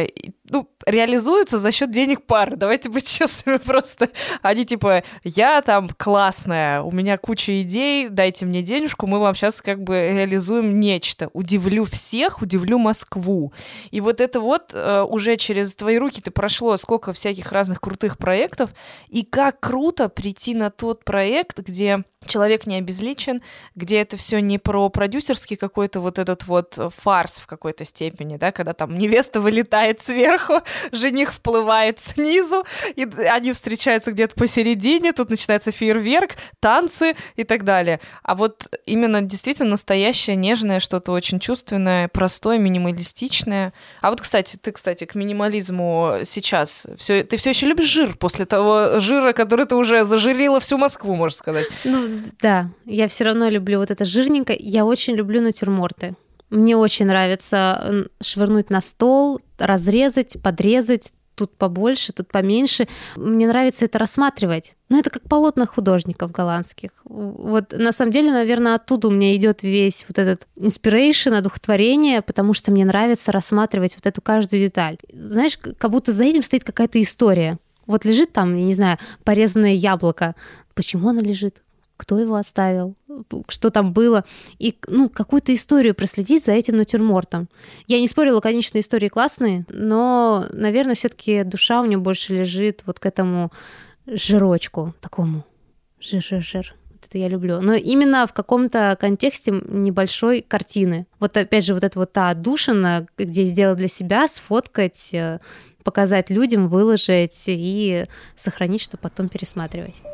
ну, реализуются за счет денег пары. Давайте быть честными просто. Они типа, я там классная, у меня куча идей, дайте мне денежку, мы вам сейчас как бы реализуем нечто. Удивлю всех, удивлю Москву. И вот это вот уже через твои руки-то прошло сколько всяких разных крутых проектов, и как круто прийти на тот проект, где человек не обезличен, где это все не про продюсерский какой-то вот этот вот фарс в какой-то степени, да, когда там невеста вылетает сверху, сверху, жених вплывает снизу, и они встречаются где-то посередине, тут начинается фейерверк, танцы и так далее. А вот именно действительно настоящее, нежное, что-то очень чувственное, простое, минималистичное. А вот, кстати, ты, кстати, к минимализму сейчас, всё, ты все еще любишь жир после того жира, который ты уже зажирила всю Москву, можно сказать? Ну, да, я все равно люблю вот это жирненькое. Я очень люблю натюрморты. Мне очень нравится швырнуть на стол, разрезать, подрезать, тут побольше, тут поменьше. Мне нравится это рассматривать. Но это как полотна художников голландских. Вот на самом деле, наверное, оттуда у меня идет весь вот этот inspiration, одухотворение, потому что мне нравится рассматривать вот эту каждую деталь. Знаешь, как будто за этим стоит какая-то история. Вот лежит там, я не знаю, порезанное яблоко. Почему оно лежит? Кто его оставил, что там было, и ну, какую-то историю проследить за этим натюрмортом. Я не спорила, конечно, истории классные, но, наверное, все-таки душа у меня больше лежит вот к этому жирочку, такому жир-жир-жир. Вот это я люблю. Но именно в каком-то контексте небольшой картины. Вот опять же, вот это вот та отдушина, где сделать для себя, сфоткать, показать людям, выложить и сохранить, чтобы потом пересматривать.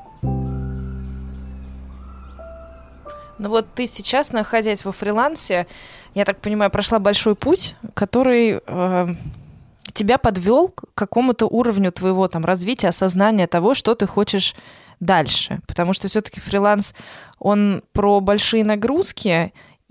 Ну вот ты сейчас, находясь во фрилансе, я так понимаю, прошла большой путь, который э, тебя подвел к какому-то уровню твоего там развития, осознания того, что ты хочешь дальше. Потому что все-таки фриланс, он про большие нагрузки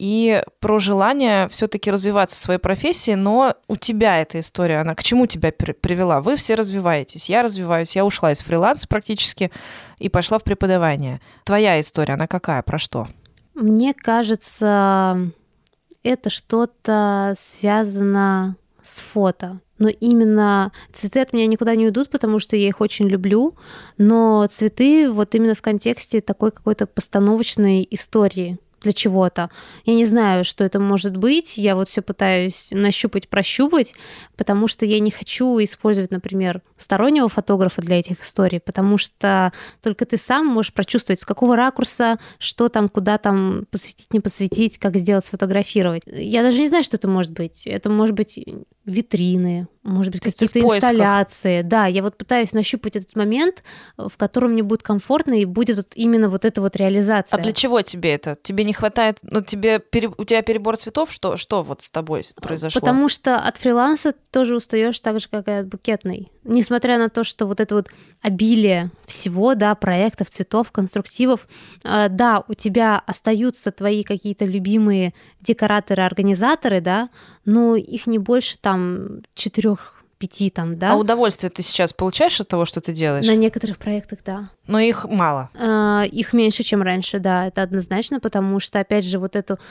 и про желание все-таки развиваться в своей профессии, но у тебя эта история, она к чему тебя при- привела? Вы все развиваетесь, я развиваюсь, я ушла из фриланса практически и пошла в преподавание. Твоя история, она какая, про что? Мне кажется, это что-то связано с фото. Но именно цветы от меня никуда не уйдут, потому что я их очень люблю. Но цветы вот именно в контексте такой какой-то постановочной истории для чего-то. Я не знаю, что это может быть. Я вот все пытаюсь нащупать, прощупать, потому что я не хочу использовать, например, стороннего фотографа для этих историй, потому что только ты сам можешь прочувствовать, с какого ракурса, что там, куда там посветить, не посветить, как сделать, сфотографировать. Я даже не знаю, что это может быть. Это может быть витрины, может быть, какие-то инсталляции. Да, я вот пытаюсь нащупать этот момент, в котором мне будет комфортно и будет вот именно вот эта вот реализация. А для чего тебе это? Тебе не хватает, ну, тебе, пере, у тебя перебор цветов? Что, что вот с тобой произошло? Потому что от фриланса тоже устаешь так же, как и от букетной. Несмотря на то, что вот это вот обилие всего, да, проектов, цветов, конструктивов, э, да, у тебя остаются твои какие-то любимые декораторы, организаторы, да, но их не больше там четырех пяти там, да. А удовольствие ты сейчас получаешь от того, что ты делаешь? На некоторых проектах, да. Но их мало. Э, их меньше, чем раньше, да, это однозначно, потому что, опять же, вот эту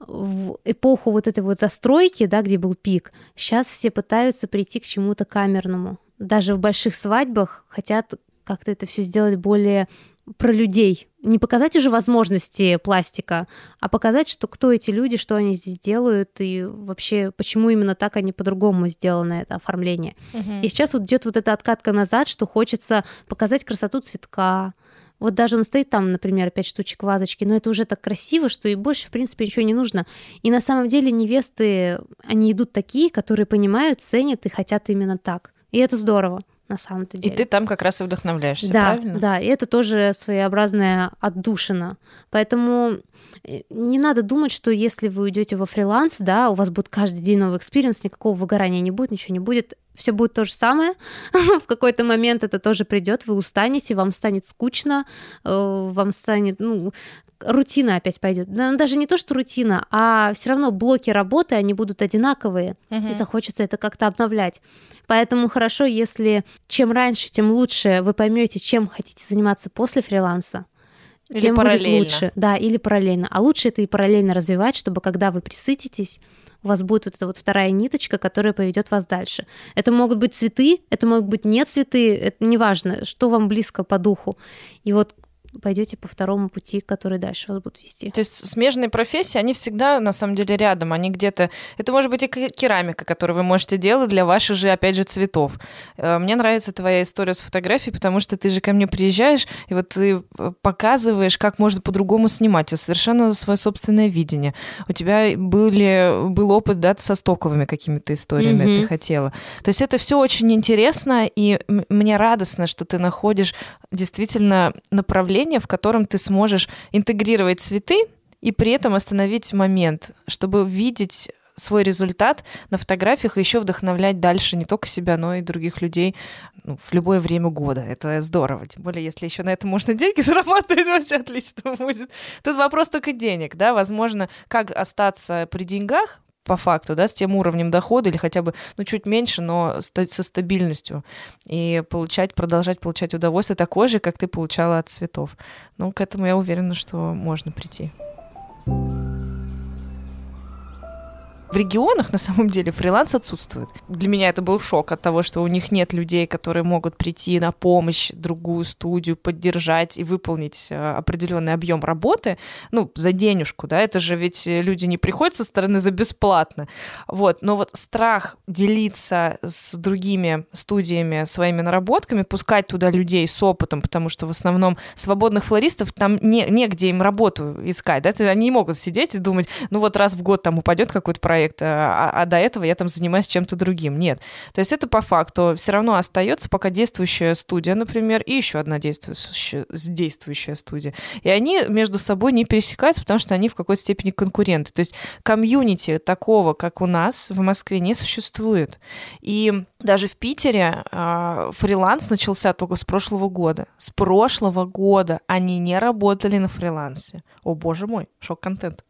в эпоху вот этой вот застройки, да, где был пик, сейчас все пытаются прийти к чему-то камерному. Даже в больших свадьбах хотят как-то это все сделать более про людей. Не показать уже возможности пластика, а показать, что кто эти люди, что они здесь делают, и вообще, почему именно так, а не по-другому сделано это оформление. Uh-huh. И сейчас вот идет вот эта откатка назад, что хочется показать красоту цветка. Вот даже он стоит там, например, пять штучек вазочки, но это уже так красиво, что и больше, в принципе, ничего не нужно. И на самом деле невесты, они идут такие, которые понимают, ценят и хотят именно так. И это здорово. На самом-то деле. И ты там как раз и вдохновляешься, да, правильно? Да, и это тоже своеобразная отдушина. Поэтому не надо думать, что если вы уйдете во фриланс, да, у вас будет каждый день новый экспириенс, никакого выгорания не будет, ничего не будет. Все будет то же самое. В какой-то момент это тоже придет, вы устанете, вам станет скучно, вам станет, ну, рутина опять пойдет. Даже не то, что рутина, а все равно блоки работы, они будут одинаковые, uh-huh. и захочется это как-то обновлять. Поэтому хорошо, если чем раньше, тем лучше вы поймете, чем хотите заниматься после фриланса, или тем параллельно. будет лучше. Да, или параллельно. А лучше это и параллельно развивать, чтобы когда вы присытитесь, у вас будет вот эта вот вторая ниточка, которая поведет вас дальше. Это могут быть цветы, это могут быть не цветы, это неважно, что вам близко по духу. И вот пойдете по второму пути, который дальше вас будут вести. То есть смежные профессии, они всегда на самом деле рядом, они где-то... Это может быть и керамика, которую вы можете делать для ваших же, опять же, цветов. Мне нравится твоя история с фотографией, потому что ты же ко мне приезжаешь, и вот ты показываешь, как можно по-другому снимать. У тебя совершенно свое собственное видение. У тебя были, был опыт, да, со стоковыми какими-то историями, mm-hmm. ты хотела. То есть это все очень интересно, и мне радостно, что ты находишь действительно направление, в котором ты сможешь интегрировать цветы и при этом остановить момент, чтобы видеть свой результат на фотографиях и еще вдохновлять дальше не только себя, но и других людей, ну, в любое время года. Это здорово. Тем более, если еще на это можно деньги заработать, вообще отлично будет. Тут вопрос только денег, да, возможно, как остаться при деньгах, по факту, да, с тем уровнем дохода или хотя бы, ну, чуть меньше, но со стабильностью и получать, продолжать получать удовольствие такое же, как ты получала от цветов. Ну, к этому я уверена, что можно прийти. В регионах, на самом деле, фриланс отсутствует. Для меня это был шок от того, что у них нет людей, которые могут прийти на помощь другую студию, поддержать и выполнить определенный объем работы, ну, за денежку, да, это же ведь люди не приходят со стороны за бесплатно. Вот. Но вот страх делиться с другими студиями своими наработками, пускать туда людей с опытом, потому что в основном свободных флористов там не, негде им работу искать, да, они не могут сидеть и думать, ну вот раз в год там упадет какой-то проект, А, а до этого я там занимаюсь чем-то другим. Нет. То есть это по факту все равно остается пока действующая студия, например, и еще одна действующая, действующая студия. И они между собой не пересекаются, потому что они в какой-то степени конкуренты. То есть комьюнити такого, как у нас в Москве, не существует. И даже в Питере э, фриланс начался только с прошлого года. С прошлого года они не работали на фрилансе. О, боже мой, шок-контент.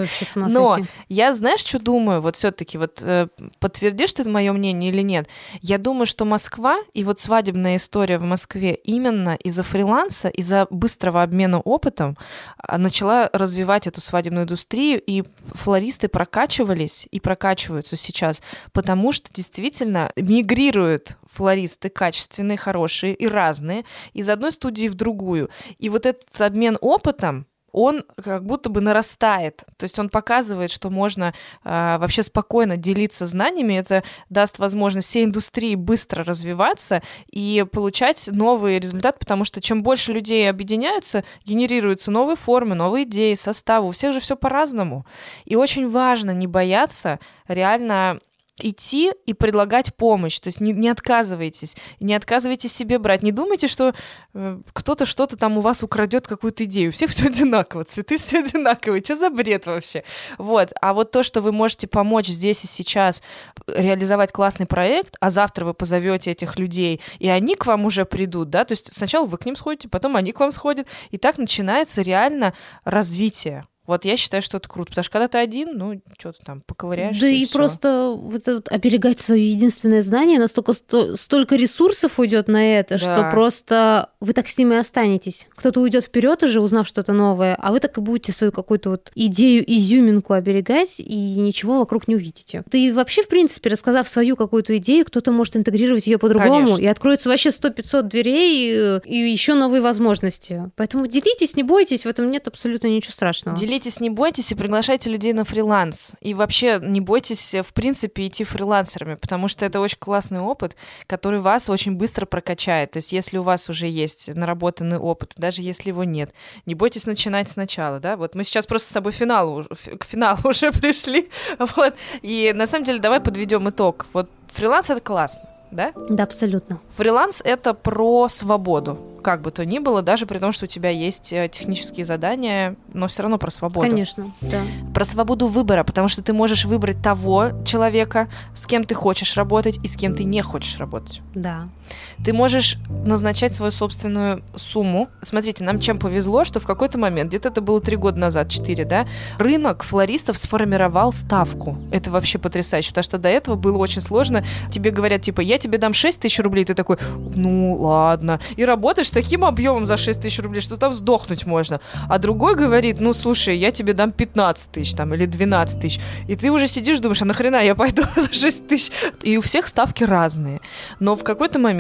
Но я, знаешь, что думаю? Вот все-таки вот э, подтвердишь ты мое мнение или нет? Я думаю, что Москва и вот свадебная история в Москве именно из-за фриланса, из-за быстрого обмена опытом начала развивать эту свадебную индустрию, и флористы прокачивались и прокачиваются сейчас, потому что действительно мигрируют флористы качественные, хорошие и разные из одной студии в другую. И вот этот обмен опытом, он как будто бы нарастает. То есть он показывает, что можно э, вообще спокойно делиться знаниями. Это даст возможность всей индустрии быстро развиваться и получать новые результаты, потому что чем больше людей объединяются, генерируются новые формы, новые идеи, составы. У всех же все по-разному. И очень важно не бояться реально идти и предлагать помощь, то есть не, не отказывайтесь, не отказывайтесь себе брать, не думайте, что э, кто-то что-то там у вас украдет, какую-то идею, у всех все одинаково, цветы все одинаковые, что за бред вообще, вот, а вот то, что вы можете помочь здесь и сейчас реализовать классный проект, а завтра вы позовете этих людей, и они к вам уже придут, да, то есть сначала вы к ним сходите, потом они к вам сходят, и так начинается реально развитие. Вот я считаю, что это круто, потому что когда ты один, ну, что-то там поковыряешься. Да и, и всё. Просто вот это, оберегать свое единственное знание, настолько сто, столько ресурсов уйдет на это, да, что просто вы так с ним и останетесь. Кто-то уйдет вперед уже, узнав что-то новое, а вы так и будете свою какую-то вот идею, изюминку оберегать, и ничего вокруг не увидите. Ты вообще, в принципе, рассказав свою какую-то идею, кто-то может интегрировать ее по-другому, конечно, и откроется вообще сто-пятьсот дверей и еще новые возможности. Поэтому делитесь, не бойтесь, в этом нет абсолютно ничего страшного. Делитесь, не бойтесь и приглашайте людей на фриланс. И вообще не бойтесь, в принципе, идти фрилансерами, потому что это очень классный опыт, который вас очень быстро прокачает. То есть если у вас уже есть наработанный опыт, даже если его нет, не бойтесь начинать сначала, да? Вот мы сейчас просто с тобой финалу, к финалу уже пришли, вот. И на самом деле давай подведем итог. Вот фриланс — это классно, да? Да, абсолютно. Фриланс — это про свободу, как бы то ни было, даже при том, что у тебя есть технические задания, но все равно про свободу. Конечно, да. Про свободу выбора, потому что ты можешь выбрать того человека, с кем ты хочешь работать и с кем ты не хочешь работать. Да. Ты можешь назначать свою собственную сумму. Смотрите, нам чем повезло, что в какой-то момент, где-то это было три года назад, четыре, да, рынок флористов сформировал ставку. Это вообще потрясающе, потому что до этого было очень сложно. Тебе говорят, типа, я тебе дам шесть тысяч рублей, ты такой, ну ладно. И работаешь с таким объемом за шесть тысяч рублей, что там сдохнуть можно. А другой говорит, ну слушай, я тебе дам пятнадцать тысяч там, или двенадцать тысяч. И ты уже сидишь, думаешь, а нахрена я пойду за шесть тысяч? И у всех ставки разные. Но в какой-то момент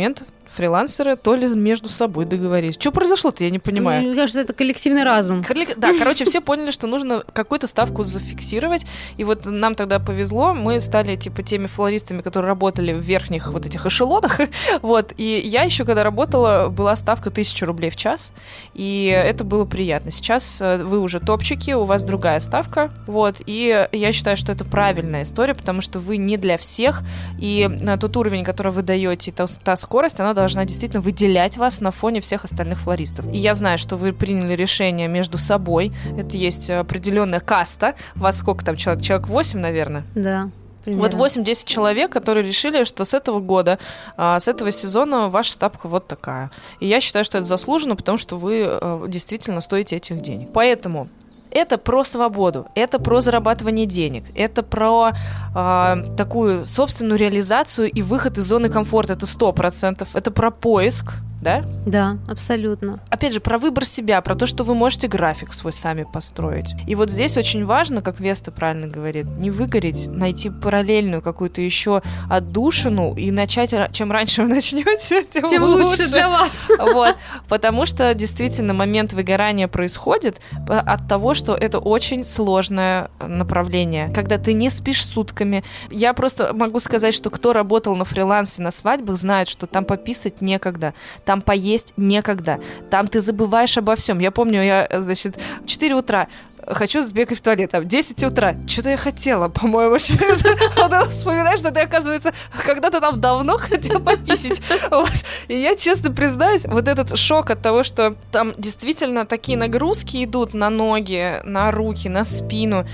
фрилансеры то ли между собой договорились. Что произошло-то, я не понимаю. Мне кажется, это коллективный разум. Коллек... Да, короче, все поняли, что нужно какую-то ставку зафиксировать. И вот нам тогда повезло, мы стали типа теми флористами, которые работали в верхних вот этих эшелонах. Вот. И я еще, когда работала, была ставка тысяча рублей в час. И это было приятно. Сейчас вы уже топчики, у вас другая ставка. Вот. И я считаю, что это правильная история, потому что вы не для всех. И тот уровень, который вы даете, та, та скорость, она должна действительно выделять вас на фоне всех остальных флористов. И я знаю, что вы приняли решение между собой. Это есть определенная каста. Вас сколько там человек? Человек восемь, наверное? Да. Примерно. Вот восемь-десять человек, которые решили, что с этого года, с этого сезона ваша ставка вот такая. И я считаю, что это заслуженно, потому что вы действительно стоите этих денег. Поэтому это про свободу, это про зарабатывание денег, это про э, такую собственную реализацию и выход из зоны комфорта. Это сто процентов. Это про поиск, да? Да, абсолютно. Опять же, про выбор себя, про то, что вы можете график свой сами построить. И вот здесь очень важно, как Веста правильно говорит, не выгореть, найти параллельную какую-то еще отдушину и начать, чем раньше вы начнете, тем, тем лучше. лучше для вас. Вот. Потому что действительно момент выгорания происходит от того, что это очень сложное направление, когда ты не спишь сутками. Я просто могу сказать, что кто работал на фрилансе на свадьбах, знает, что там пописать некогда. Там поесть некогда. Там ты забываешь обо всем. Я помню, я, значит, в четыре утра хочу сбегать в туалет, там, десять утра. Что-то я хотела, по-моему. Вспоминаешь, что ты, оказывается, когда-то там давно хотел пописить. Вот. И я, честно признаюсь, вот этот шок от того, что там действительно такие нагрузки идут на ноги, на руки, на спину.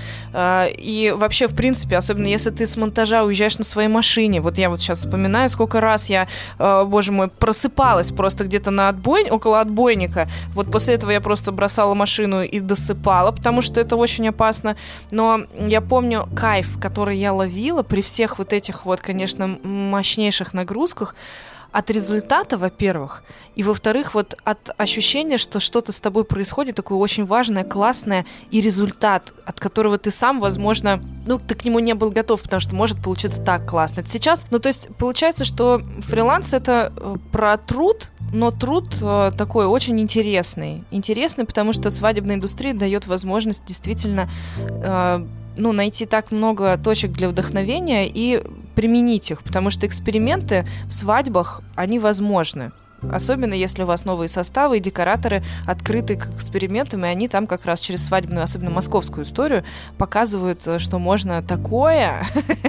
И вообще, в принципе, особенно если ты с монтажа уезжаешь на своей машине. Вот я вот сейчас вспоминаю, сколько раз я, боже мой, просыпалась просто где-то на отбой, около отбойника. Вот после этого я просто бросала машину и досыпала, потому что это очень опасно. Но я помню кайф, который я ловила при всех вот этих вот, конечно, мощнейших нагрузках от результата, во-первых, и, во-вторых, вот от ощущения, что что-то с тобой происходит, такое очень важное, классное, и результат, от которого ты сам, возможно, ну, ты к нему не был готов, потому что может получиться так классно. Это сейчас, ну, то есть получается, что фриланс — это про труд, но труд э, такой очень интересный. Интересный, потому что свадебная индустрия дает возможность действительно э, ну, найти так много точек для вдохновения и применить их, потому что эксперименты в свадьбах, они возможны. Особенно если у вас новые составы и декораторы открыты к экспериментам, и они там как раз через свадебную, особенно московскую историю, показывают, что можно такое,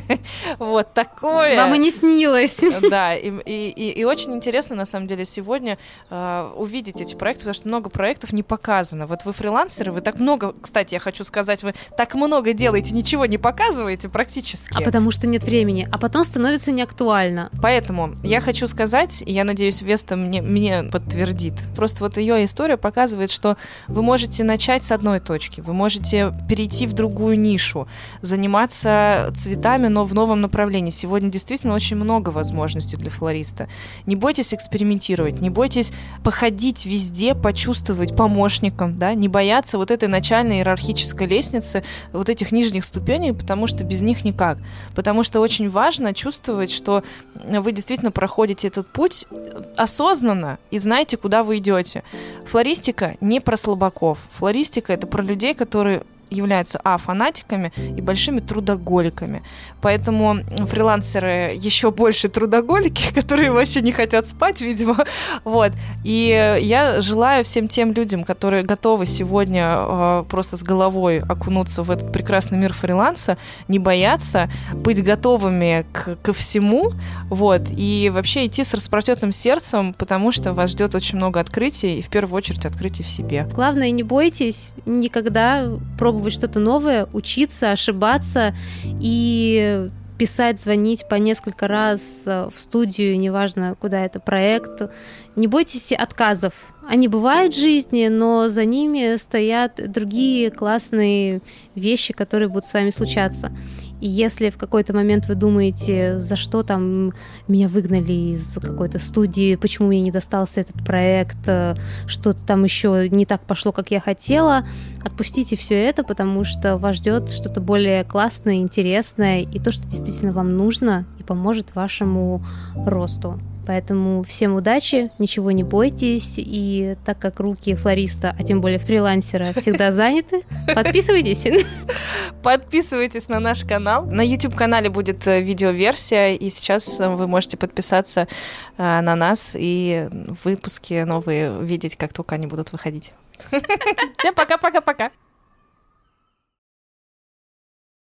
вот такое. Вам и не снилось. Да, и, и, и очень интересно, на самом деле, сегодня э, увидеть эти проекты, потому что много проектов не показано. Вот вы фрилансеры, вы так много, кстати, я хочу сказать, вы так много делаете, ничего не показываете практически. А потому что нет времени, а потом становится неактуально. Поэтому я хочу сказать, и я надеюсь, Веста Мне, мне подтвердит. Просто вот ее история показывает, что вы можете начать с одной точки, вы можете перейти в другую нишу, заниматься цветами, но в новом направлении. Сегодня действительно очень много возможностей для флориста. Не бойтесь экспериментировать, не бойтесь походить везде, почувствовать помощником, да, не бояться вот этой начальной иерархической лестницы, вот этих нижних ступеней, потому что без них никак. Потому что очень важно чувствовать, что вы действительно проходите этот путь осознанно, осознанно и знаете, куда вы идете. Флористика не про слабаков. Флористика — это про людей, которые являются, а, фанатиками и большими трудоголиками. Поэтому фрилансеры еще больше трудоголики, которые вообще не хотят спать, видимо. Вот. И я желаю всем тем людям, которые готовы сегодня э, просто с головой окунуться в этот прекрасный мир фриланса, не бояться, быть готовыми к, ко всему, вот, и вообще идти с распростертым сердцем, потому что вас ждет очень много открытий, и в первую очередь открытий в себе. Главное, не бойтесь никогда пробовать что-то новое, учиться, ошибаться и писать, звонить по несколько раз в студию, неважно, куда это проект. Не бойтесь отказов. Они бывают в жизни, но за ними стоят другие классные вещи, которые будут с вами случаться. И если в какой-то момент вы думаете, за что там меня выгнали из какой-то студии, почему мне не достался этот проект, что-то там еще не так пошло, как я хотела, отпустите все это, потому что вас ждет что-то более классное, интересное и то, что действительно вам нужно и поможет вашему росту. Поэтому всем удачи, ничего не бойтесь, и так как руки флориста, а тем более фрилансера, всегда заняты, подписывайтесь. Подписывайтесь на наш канал. На YouTube-канале будет видеоверсия, и сейчас вы можете подписаться на нас и выпуски новые видеть, как только они будут выходить. Всем пока-пока-пока!